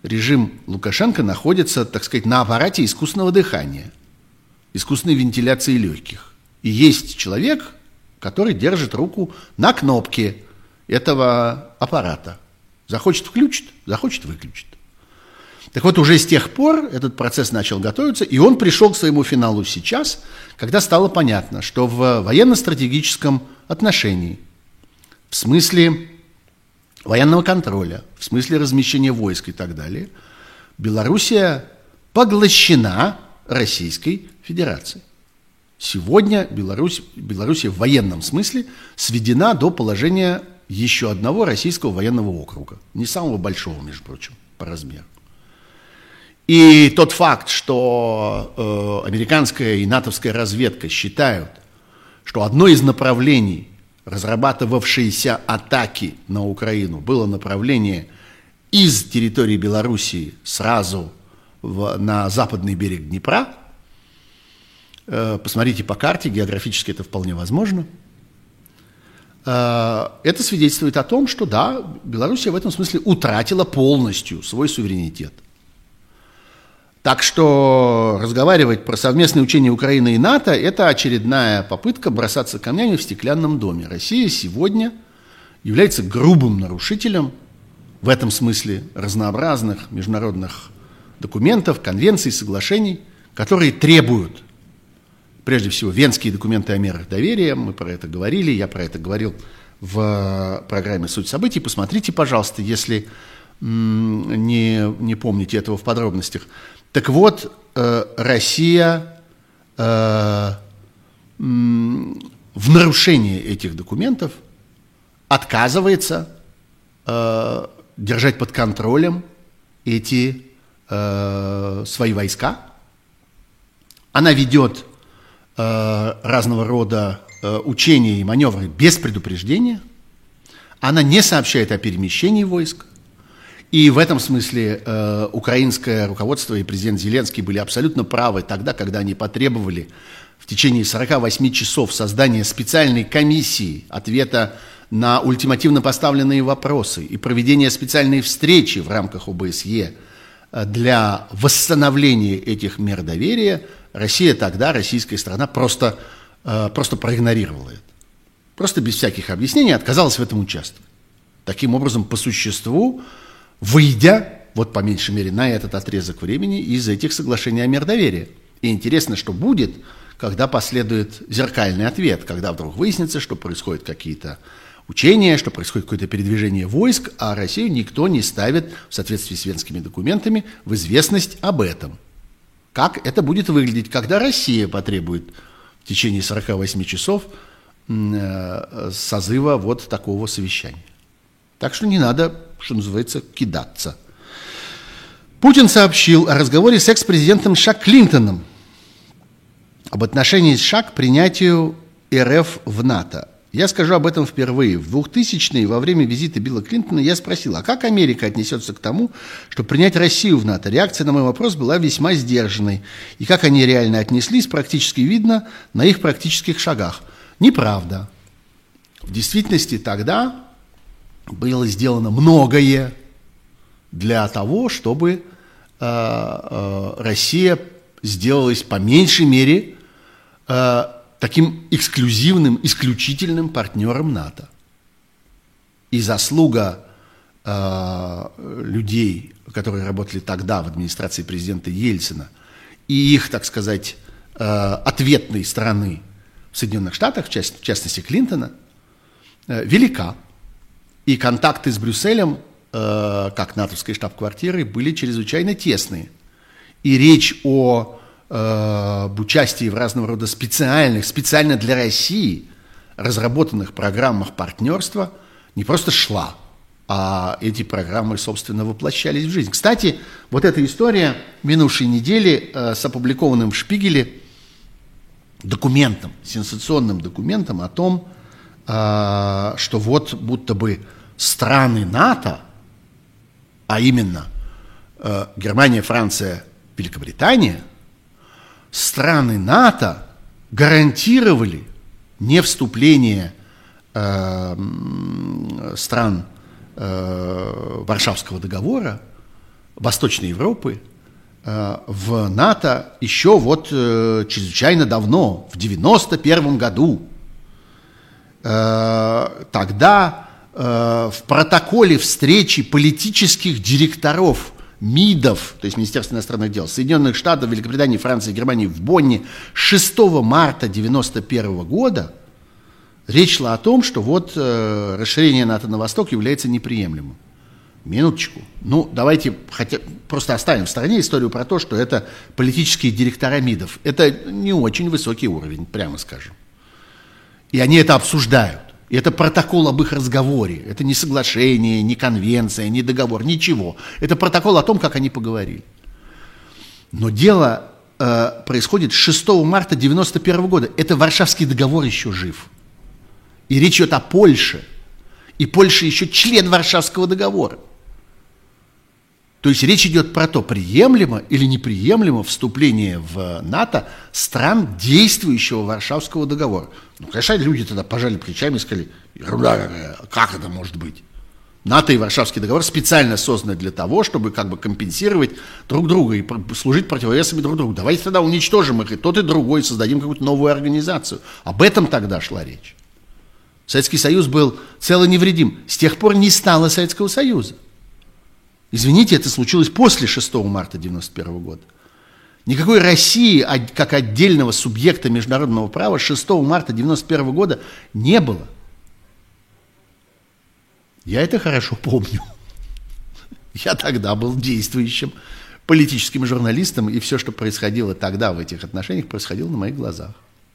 режим Лукашенко находится, так сказать, на аппарате искусственного дыхания, искусственной вентиляции легких. И есть человек, который держит руку на кнопке этого аппарата. Захочет – включит, захочет – выключит. Так вот, уже с тех пор этот процесс начал готовиться, и он пришел к своему финалу сейчас, когда стало понятно, что в военно-стратегическом отношении, в смысле военного контроля, в смысле размещения войск и так далее, Белоруссия поглощена Российской Федерацией. Сегодня Беларусь, Белоруссия в военном смысле сведена до положения еще одного российского военного округа, не самого большого, между прочим, по размеру. И тот факт, что э, американская и натовская разведка считают, что одно из направлений разрабатывавшейся атаки на Украину было направление из территории Белоруссии сразу в, на западный берег Днепра. Э, посмотрите по карте, географически это вполне возможно. Э, это свидетельствует о том, что да, Белоруссия в этом смысле утратила полностью свой суверенитет. Так что разговаривать про совместное учение Украины и НАТО – это очередная попытка бросаться камнями в стеклянном доме. Россия сегодня является грубым нарушителем в этом смысле разнообразных международных документов, конвенций, соглашений, которые требуют, прежде всего, Венские документы о мерах доверия. Мы про это говорили, я про это говорил в программе «Суть событий». Посмотрите, пожалуйста, если не, не помните этого в подробностях. Так вот, э, Россия э, в нарушении этих документов отказывается э, держать под контролем эти э, свои войска. Она ведет э, разного рода э, учения и маневры без предупреждения. Она не сообщает о перемещении войск. И в этом смысле э, украинское руководство и президент Зеленский были абсолютно правы тогда, когда они потребовали в течение сорока восьми часов создания специальной комиссии ответа на ультимативно поставленные вопросы и проведения специальной встречи в рамках ОБСЕ для восстановления этих мер доверия. Россия тогда, российская страна, просто, э, просто проигнорировала это. Просто без всяких объяснений отказалась в этом участвовать. Таким образом, по существу, выйдя, вот по меньшей мере, на этот отрезок времени из этих соглашений о мирдоверии. И интересно, что будет, когда последует зеркальный ответ, когда вдруг выяснится, что происходят какие-то учения, что происходит какое-то передвижение войск, а Россию никто не ставит в соответствии с венскими документами в известность об этом. Как это будет выглядеть, когда Россия потребует в течение сорока восьми часов созыва вот такого совещания. Так что не надо, что называется, кидаться. Путин сообщил о разговоре с экс-президентом США Клинтоном об отношении США к принятию РФ в НАТО. Я скажу об этом впервые. В двухтысячные, во время визита Билла Клинтона, я спросил, а как Америка отнесется к тому, чтобы принять Россию в НАТО? Реакция на мой вопрос была весьма сдержанной. И как они реально отнеслись, практически видно на их практических шагах. Неправда. В действительности тогда было сделано многое для того, чтобы э, э, Россия сделалась по меньшей мере э, таким эксклюзивным, исключительным партнером НАТО. И заслуга э, людей, которые работали тогда в администрации президента Ельцина, и их, так сказать, э, ответной стороны в Соединенных Штатах, в, част, в частности Клинтона, э, велика. И контакты с Брюсселем, э, как натовской штаб-квартирой, были чрезвычайно тесные. И речь о э, об участии в разного рода специальных, специально для России разработанных программах партнерства не просто шла, а эти программы, собственно, воплощались в жизнь. Кстати, вот эта история минувшей недели э, с опубликованным в «Шпигеле» документом, сенсационным документом о том, что вот будто бы страны НАТО, а именно Германия, Франция, Великобритания, страны НАТО гарантировали не вступление стран Варшавского договора Восточной Европы в НАТО еще вот чрезвычайно давно, в девяносто первом году. Тогда в протоколе встречи политических директоров МИДов, то есть Министерства иностранных дел, Соединенных Штатов, Великобритании, Франции, Германии в Бонне шестого марта девяносто первого года речь шла о том, что вот расширение НАТО на восток является неприемлемым. Минуточку. Ну, давайте хотя, просто оставим в стороне историю про то, что это политические директора МИДов. Это не очень высокий уровень, прямо скажем. И они это обсуждают. И это протокол об их разговоре. Это не соглашение, не конвенция, не договор, ничего. Это протокол о том, как они поговорили. Но дело э, происходит шестого марта девяносто первого года. Это Варшавский договор еще жив. И речь идет о Польше. И Польша еще член Варшавского договора. То есть речь идет про то, приемлемо или неприемлемо вступление в НАТО стран действующего Варшавского договора. Ну, конечно, люди тогда пожали плечами и сказали, как это может быть? НАТО и Варшавский договор специально созданы для того, чтобы как бы компенсировать друг друга и служить противовесами друг другу. Давайте тогда уничтожим их, и тот, и другой, создадим какую-то новую организацию. Об этом тогда шла речь. Советский Союз был цел и невредим. С тех пор не стало Советского Союза. Извините, это случилось после шестого марта девяносто первого года. Никакой России, как отдельного субъекта международного права, шестого марта девяносто первого года не было. Я это хорошо помню. Я тогда был действующим политическим журналистом, и все, что происходило тогда в этих отношениях, происходило на моих глазах.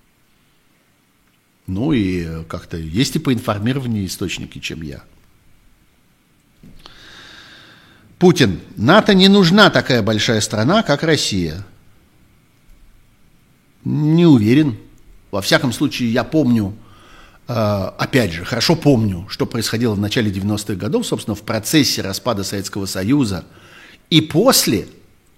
Ну и как-то есть и поинформированнее источники, чем я. Путин. НАТО не нужна такая большая страна, как Россия. Не уверен. Во всяком случае, я помню, э, опять же, хорошо помню, что происходило в начале девяностых годов, собственно, в процессе распада Советского Союза. И после,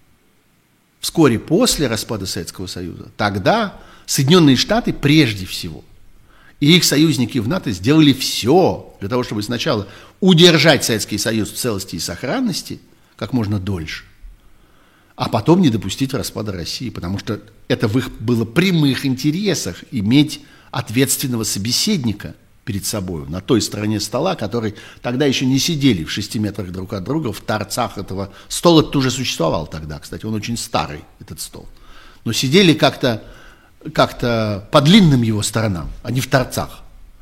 вскоре после распада Советского Союза, тогда Соединенные Штаты прежде всего и их союзники в НАТО сделали все для того, чтобы сначала удержать Советский Союз в целости и сохранности как можно дольше, а потом не допустить распада России, потому что это в их было прямых интересах иметь ответственного собеседника перед собой на той стороне стола, который тогда еще не сидели в шести метрах друг от друга в торцах этого стола. Это уже существовал тогда, кстати, он очень старый, этот стол. Но сидели как-то как-то по длинным его сторонам, а не в торцах.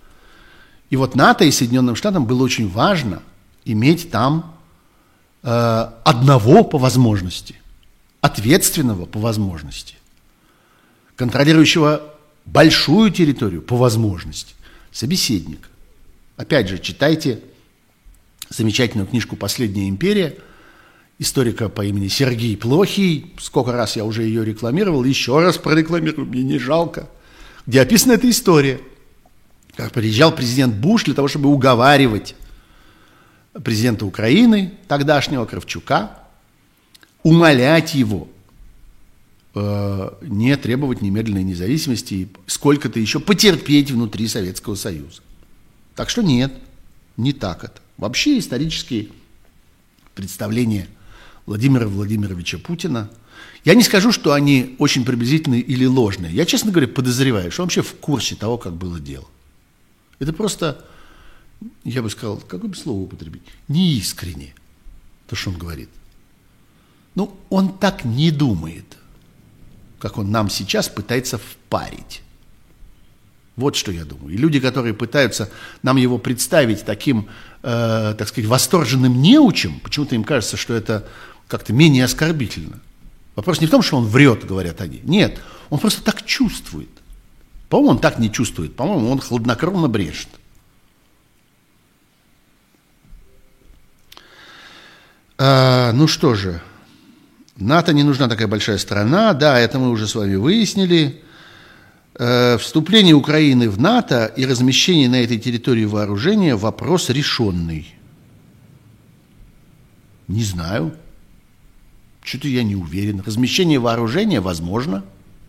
И вот НАТО и Соединенным Штатам было очень важно иметь там э, одного по возможности, ответственного по возможности, контролирующего большую территорию по возможности, собеседника. Опять же, читайте замечательную книжку «Последняя империя» историка по имени Сергей Плохий, сколько раз я уже ее рекламировал, еще раз прорекламирую, мне не жалко, где описана эта история, как приезжал президент Буш для того, чтобы уговаривать президента Украины, тогдашнего Кравчука, умолять его э, не требовать немедленной независимости и сколько-то еще потерпеть внутри Советского Союза. Так что нет, не так это. Вообще исторические представления Владимира Владимировича Путина, я не скажу, что они очень приблизительные или ложные. Я, честно говоря, подозреваю, что он вообще в курсе того, как было дело. Это просто, я бы сказал, какое бы слово употребить, неискренне, то, что он говорит. Ну, он так не думает, как он нам сейчас пытается впарить. Вот что я думаю. И люди, которые пытаются нам его представить таким, э, так сказать, восторженным неучем, почему-то им кажется, что это как-то менее оскорбительно. Вопрос не в том, что он врет, говорят они. Нет, он просто так чувствует. По-моему, он так не чувствует. По-моему, он хладнокровно брешет. А, ну что же, НАТО не нужна такая большая страна. Да, это мы уже с вами выяснили. А, вступление Украины в НАТО и размещение на этой территории вооружения – вопрос решенный. Не знаю. Что-то я не уверен. Размещение вооружения возможно.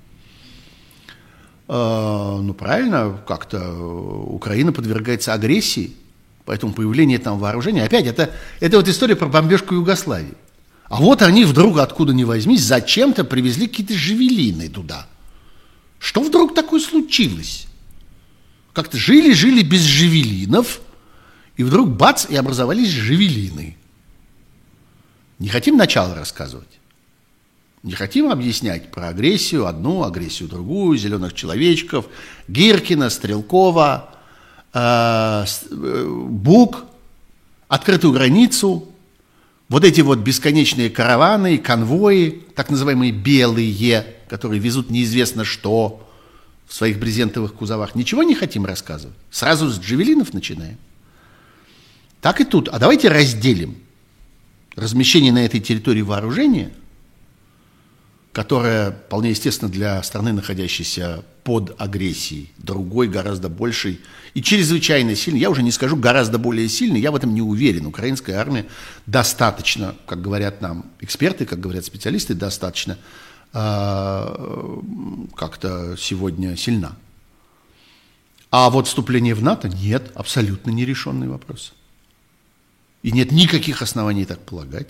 Э, ну, правильно, как-то Украина подвергается агрессии, поэтому появление там вооружения. Опять, это, это вот история про бомбежку Югославии. А вот они вдруг, откуда ни возьмись, зачем-то привезли какие-то жавелины туда. Что вдруг такое случилось? Как-то жили-жили без жавелинов, и вдруг бац, и образовались жавелины. Не хотим начало рассказывать? Не хотим объяснять про агрессию одну, агрессию другую, зеленых человечков, Гиркина, Стрелкова, э, Бук, открытую границу, вот эти вот бесконечные караваны, конвои, так называемые белые, которые везут неизвестно что в своих брезентовых кузовах. Ничего не хотим рассказывать? Сразу с джавелинов начинаем. Так и тут. А давайте разделим размещение на этой территории вооружения, которое вполне естественно для страны, находящейся под агрессией, другой, гораздо большей и чрезвычайно сильный, я уже не скажу гораздо более сильный, я в этом не уверен. Украинская армия достаточно, как говорят нам эксперты, как говорят специалисты, достаточно э, как-то сегодня сильна. А вот вступление в НАТО нет, абсолютно нерешенный вопрос. И нет никаких оснований так полагать.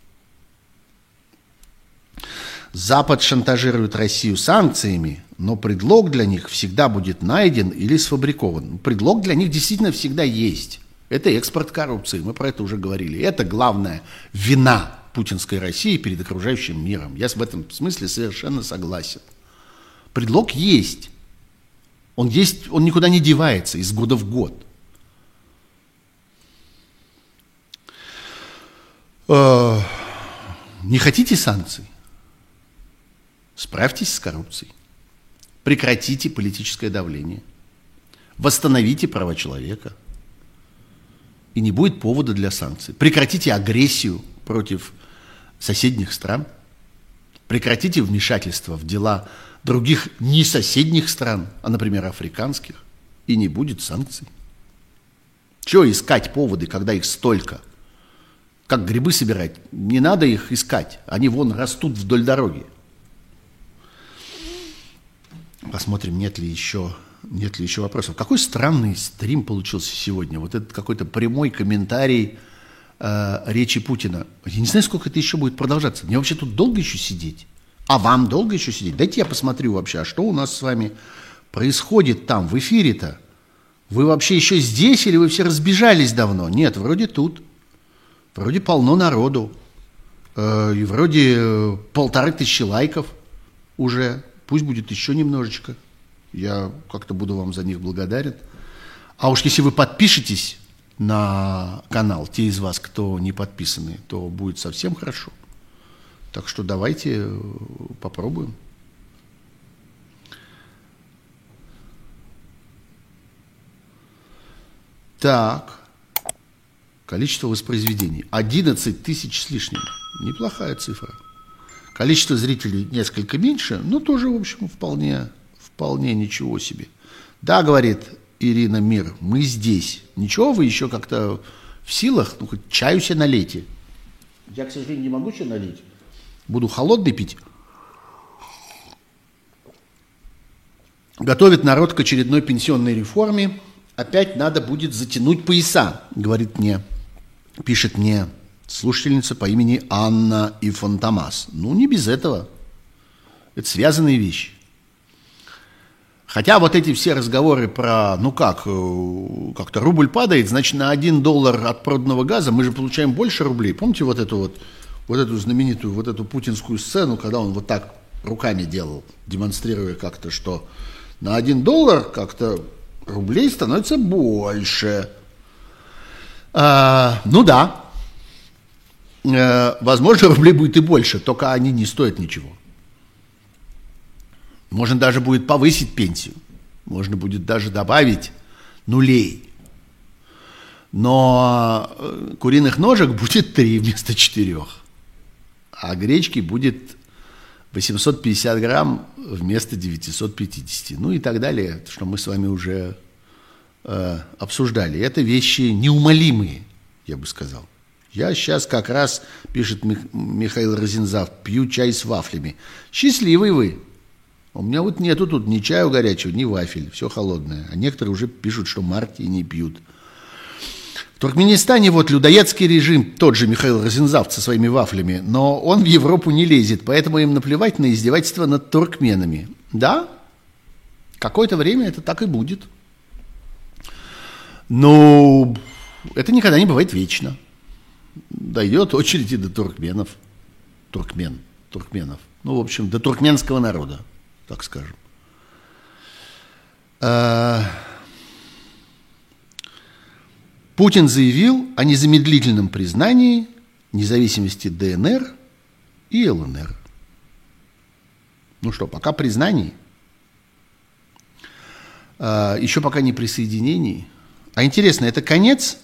Запад шантажирует Россию санкциями, но предлог для них всегда будет найден или сфабрикован. Предлог для них действительно всегда есть. Это экспорт коррупции, мы про это уже говорили. Это главная вина путинской России перед окружающим миром. Я в этом смысле совершенно согласен. Предлог есть. Он есть, он никуда не девается из года в год. Не хотите санкций? Справьтесь с коррупцией, прекратите политическое давление, восстановите права человека, и не будет повода для санкций. Прекратите агрессию против соседних стран, прекратите вмешательство в дела других не соседних стран, а, например, африканских, и не будет санкций. Чего искать поводы, когда их столько? Как грибы собирать? Не надо их искать, они вон растут вдоль дороги. Посмотрим, нет ли еще, нет ли еще вопросов. Какой странный стрим получился сегодня. Вот этот какой-то прямой комментарий э, речи Путина. Я не знаю, сколько это еще будет продолжаться. Мне вообще тут долго еще сидеть? А вам долго еще сидеть? Дайте я посмотрю вообще, а что у нас с вами происходит там, в эфире-то? Вы вообще еще здесь или вы все разбежались давно? Нет, вроде тут. Вроде полно народу. Э, и вроде э, полторы тысячи лайков уже. Пусть будет еще немножечко. Я как-то буду вам за них благодарен. А уж если вы подпишетесь на канал, те из вас, кто не подписаны, то будет совсем хорошо. Так что давайте попробуем. Так. Количество воспроизведений. одиннадцать тысяч с лишним. Неплохая цифра. Количество зрителей несколько меньше, но тоже, в общем, вполне, вполне ничего себе. Да, говорит Ирина Мир, мы здесь. Ничего, вы еще как-то в силах? Ну, хоть чаю себе налейте. Я, к сожалению, не могу себе налить. Буду холодный пить. Готовит народ к очередной пенсионной реформе. Опять надо будет затянуть пояса, говорит мне, пишет мне слушательница по имени Анна и Фонтамас. Ну, не без этого. Это связанные вещи. Хотя вот эти все разговоры про, ну как, как-то рубль падает, значит, на один доллар от проданного газа мы же получаем больше рублей. Помните вот эту вот, вот эту знаменитую, вот эту путинскую сцену, когда он вот так руками делал, демонстрируя как-то, что на один доллар как-то рублей становится больше. А, ну да. Возможно, рублей будет и больше, только они не стоят ничего. Можно даже будет повысить пенсию, можно будет даже добавить нулей. Но куриных ножек будет три вместо четырех, а гречки будет восемьсот пятьдесят грамм вместо девятьсот пятьдесят. Ну и так далее, что мы с вами уже э, обсуждали. Это вещи неумолимые, я бы сказал. Я сейчас как раз, пишет Михаил Розензав, пью чай с вафлями. Счастливый вы. У меня вот нету тут ни чаю горячего, ни вафель. Все холодное. А некоторые уже пишут, что мартини не пьют. В Туркменистане вот людоедский режим, тот же Михаил Розензавт со своими вафлями, но он в Европу не лезет, поэтому им наплевать на издевательство над туркменами. Да, какое-то время это так и будет. Но это никогда не бывает вечно. Дойдет очередь и до туркменов. Туркмен, туркменов. Ну, в общем, до туркменского народа, так скажем. Путин заявил о незамедлительном признании независимости ДНР и ЛНР. Ну что, пока признаний, еще пока не присоединений. А интересно, это конец,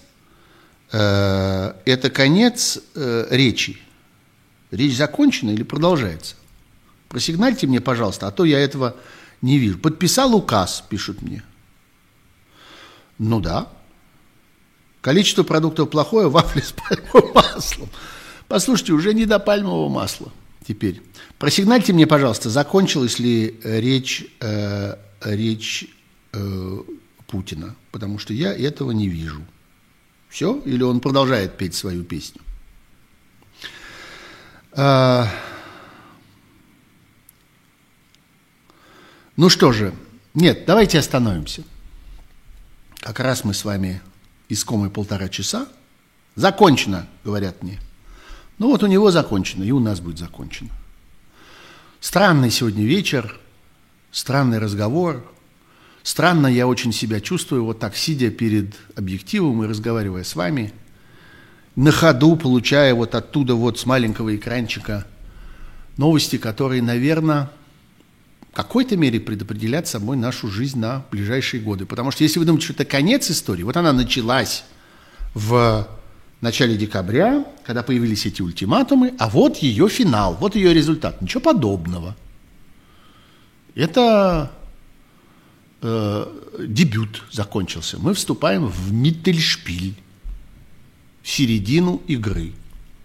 это конец речи. Речь закончена или продолжается? Просигнальте мне, пожалуйста, а то я этого не вижу. Подписал указ, пишут мне. Ну да. Количество продуктов плохое, вафли с пальмовым маслом. Послушайте, уже не до пальмового масла теперь. Просигнальте мне, пожалуйста, закончилась ли речь, э, речь э, Путина, потому что я этого не вижу. Все? Или он продолжает петь свою песню? А... Ну что же, нет, давайте остановимся. Как раз мы с вами искомые полтора часа. Закончено, говорят мне. Ну вот у него закончено, и у нас будет закончено. Странный сегодня вечер, странный разговор. Странно я очень себя чувствую, вот так, сидя перед объективом и разговаривая с вами, на ходу получая вот оттуда вот с маленького экранчика новости, которые, наверное, в какой-то мере предопределят собой нашу жизнь на ближайшие годы. Потому что если вы думаете, что это конец истории, вот она началась в начале декабря, когда появились эти ультиматумы, а вот ее финал, вот ее результат. Ничего подобного. Это э, дебют закончился. Мы вступаем в Миттельшпиль, в середину игры.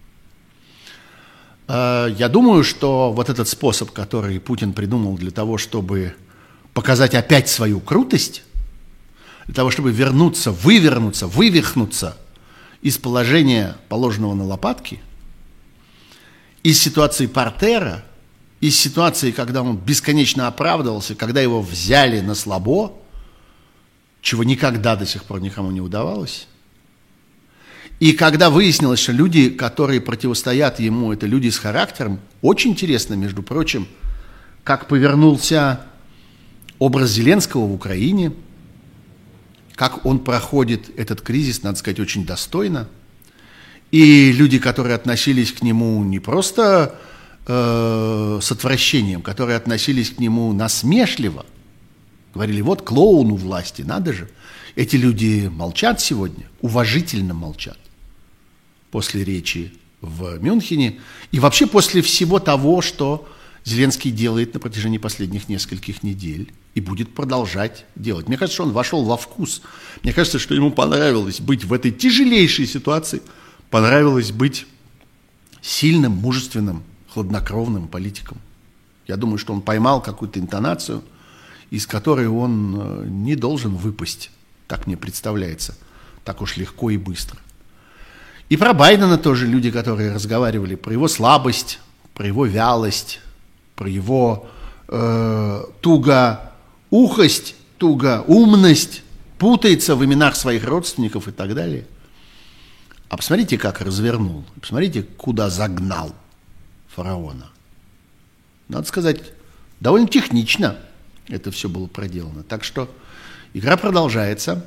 Я думаю, что вот этот способ, который Путин придумал для того, чтобы показать опять свою крутость, для того, чтобы вернуться, вывернуться, вывихнуться из положения, положенного на лопатки, из ситуации партера, из ситуации, когда он бесконечно оправдывался, когда его взяли на слабо, чего никогда до сих пор никому не удавалось. И когда выяснилось, что люди, которые противостоят ему, это люди с характером, очень интересно, между прочим, как повернулся образ Зеленского в Украине, как он проходит этот кризис, надо сказать, очень достойно. И люди, которые относились к нему не просто э, с отвращением, которые относились к нему насмешливо, говорили, вот клоун у власти, надо же. Эти люди молчат сегодня, уважительно молчат после речи в Мюнхене и вообще после всего того, что Зеленский делает на протяжении последних нескольких недель и будет продолжать делать. Мне кажется, что он вошел во вкус. Мне кажется, что ему понравилось быть в этой тяжелейшей ситуации, понравилось быть сильным, мужественным, хладнокровным политиком. Я думаю, что он поймал какую-то интонацию, из которой он не должен выпасть, так мне представляется, так уж легко и быстро. И про Байдена тоже люди, которые разговаривали про его слабость, про его вялость, про его э, тугоухость, тугоумность, путается в именах своих родственников и так далее. А посмотрите, как развернул, посмотрите, куда загнал фараона. Надо сказать, довольно технично это все было проделано. Так что игра продолжается.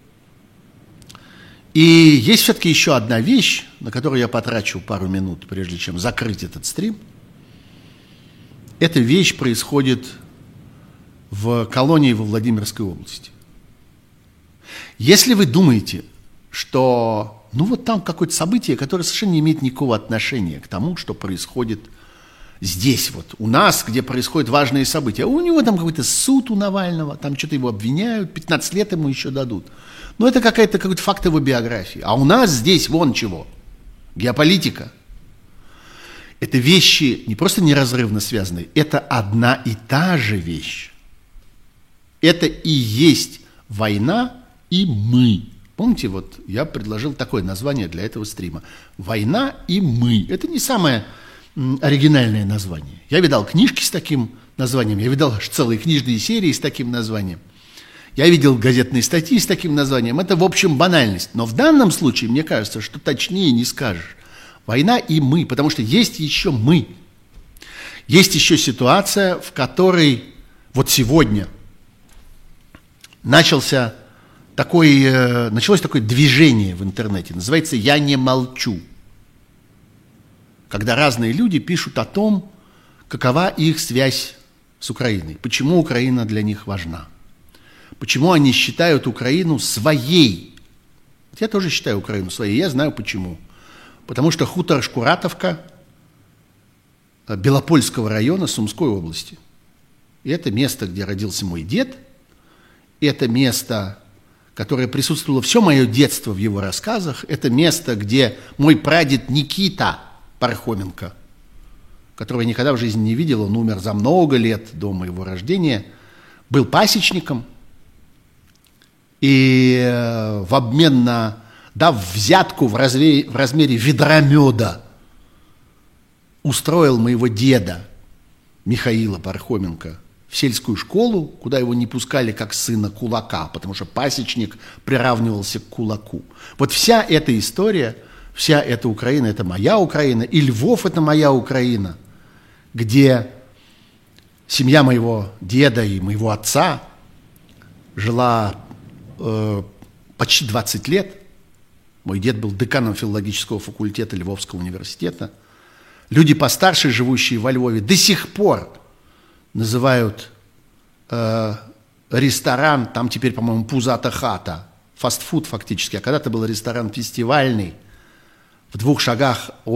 И есть все-таки еще одна вещь, на которую я потрачу пару минут, прежде чем закрыть этот стрим. Эта вещь происходит в колонии во Владимирской области. Если вы думаете, что ну вот там какое-то событие, которое совершенно не имеет никакого отношения к тому, что происходит здесь вот, у нас, где происходят важные события. У него там какой-то суд у Навального, там что-то его обвиняют, пятнадцать лет ему еще дадут. Но это какая-то, какой-то факт его биографии. А у нас здесь вон чего. Геополитика. Это вещи не просто неразрывно связаны, это одна и та же вещь. Это и есть война и мы. Помните, вот я предложил такое название для этого стрима. «Война и мы». Это не самое оригинальное название. Я видал книжки с таким названием, я видал аж целые книжные серии с таким названием. Я видел газетные статьи с таким названием. Это, в общем, банальность. Но в данном случае, мне кажется, что точнее не скажешь. «Война и мы», потому что есть еще мы. Есть еще ситуация, в которой вот сегодня начался такой, э, началось такое движение в интернете, называется «Я не молчу», когда разные люди пишут о том, какова их связь с Украиной, почему Украина для них важна, почему они считают Украину своей. Я тоже считаю Украину своей, я знаю почему. Потому что хутор Шкуратовка Белопольского района Сумской области. И это место, где родился мой дед, и это место, которое присутствовало все мое детство в его рассказах, это место, где мой прадед Никита Пархоменко, которого я никогда в жизни не видел, он умер за много лет до моего рождения, был пасечником, и в обмен на, дав взятку в, разве, в размере ведра меда, устроил моего деда Михаила Пархоменко в сельскую школу, куда его не пускали как сына кулака, потому что пасечник приравнивался к кулаку. Вот вся эта история, вся эта Украина – это моя Украина, и Львов – это моя Украина, где семья моего деда и моего отца жила э, почти двадцать лет. Мой дед был деканом филологического факультета Львовского университета. Люди постарше, живущие во Львове, до сих пор называют э, ресторан, там теперь, по-моему, «Пузата хата», фастфуд фактически, а когда-то был ресторан фестивальный, в двух шагах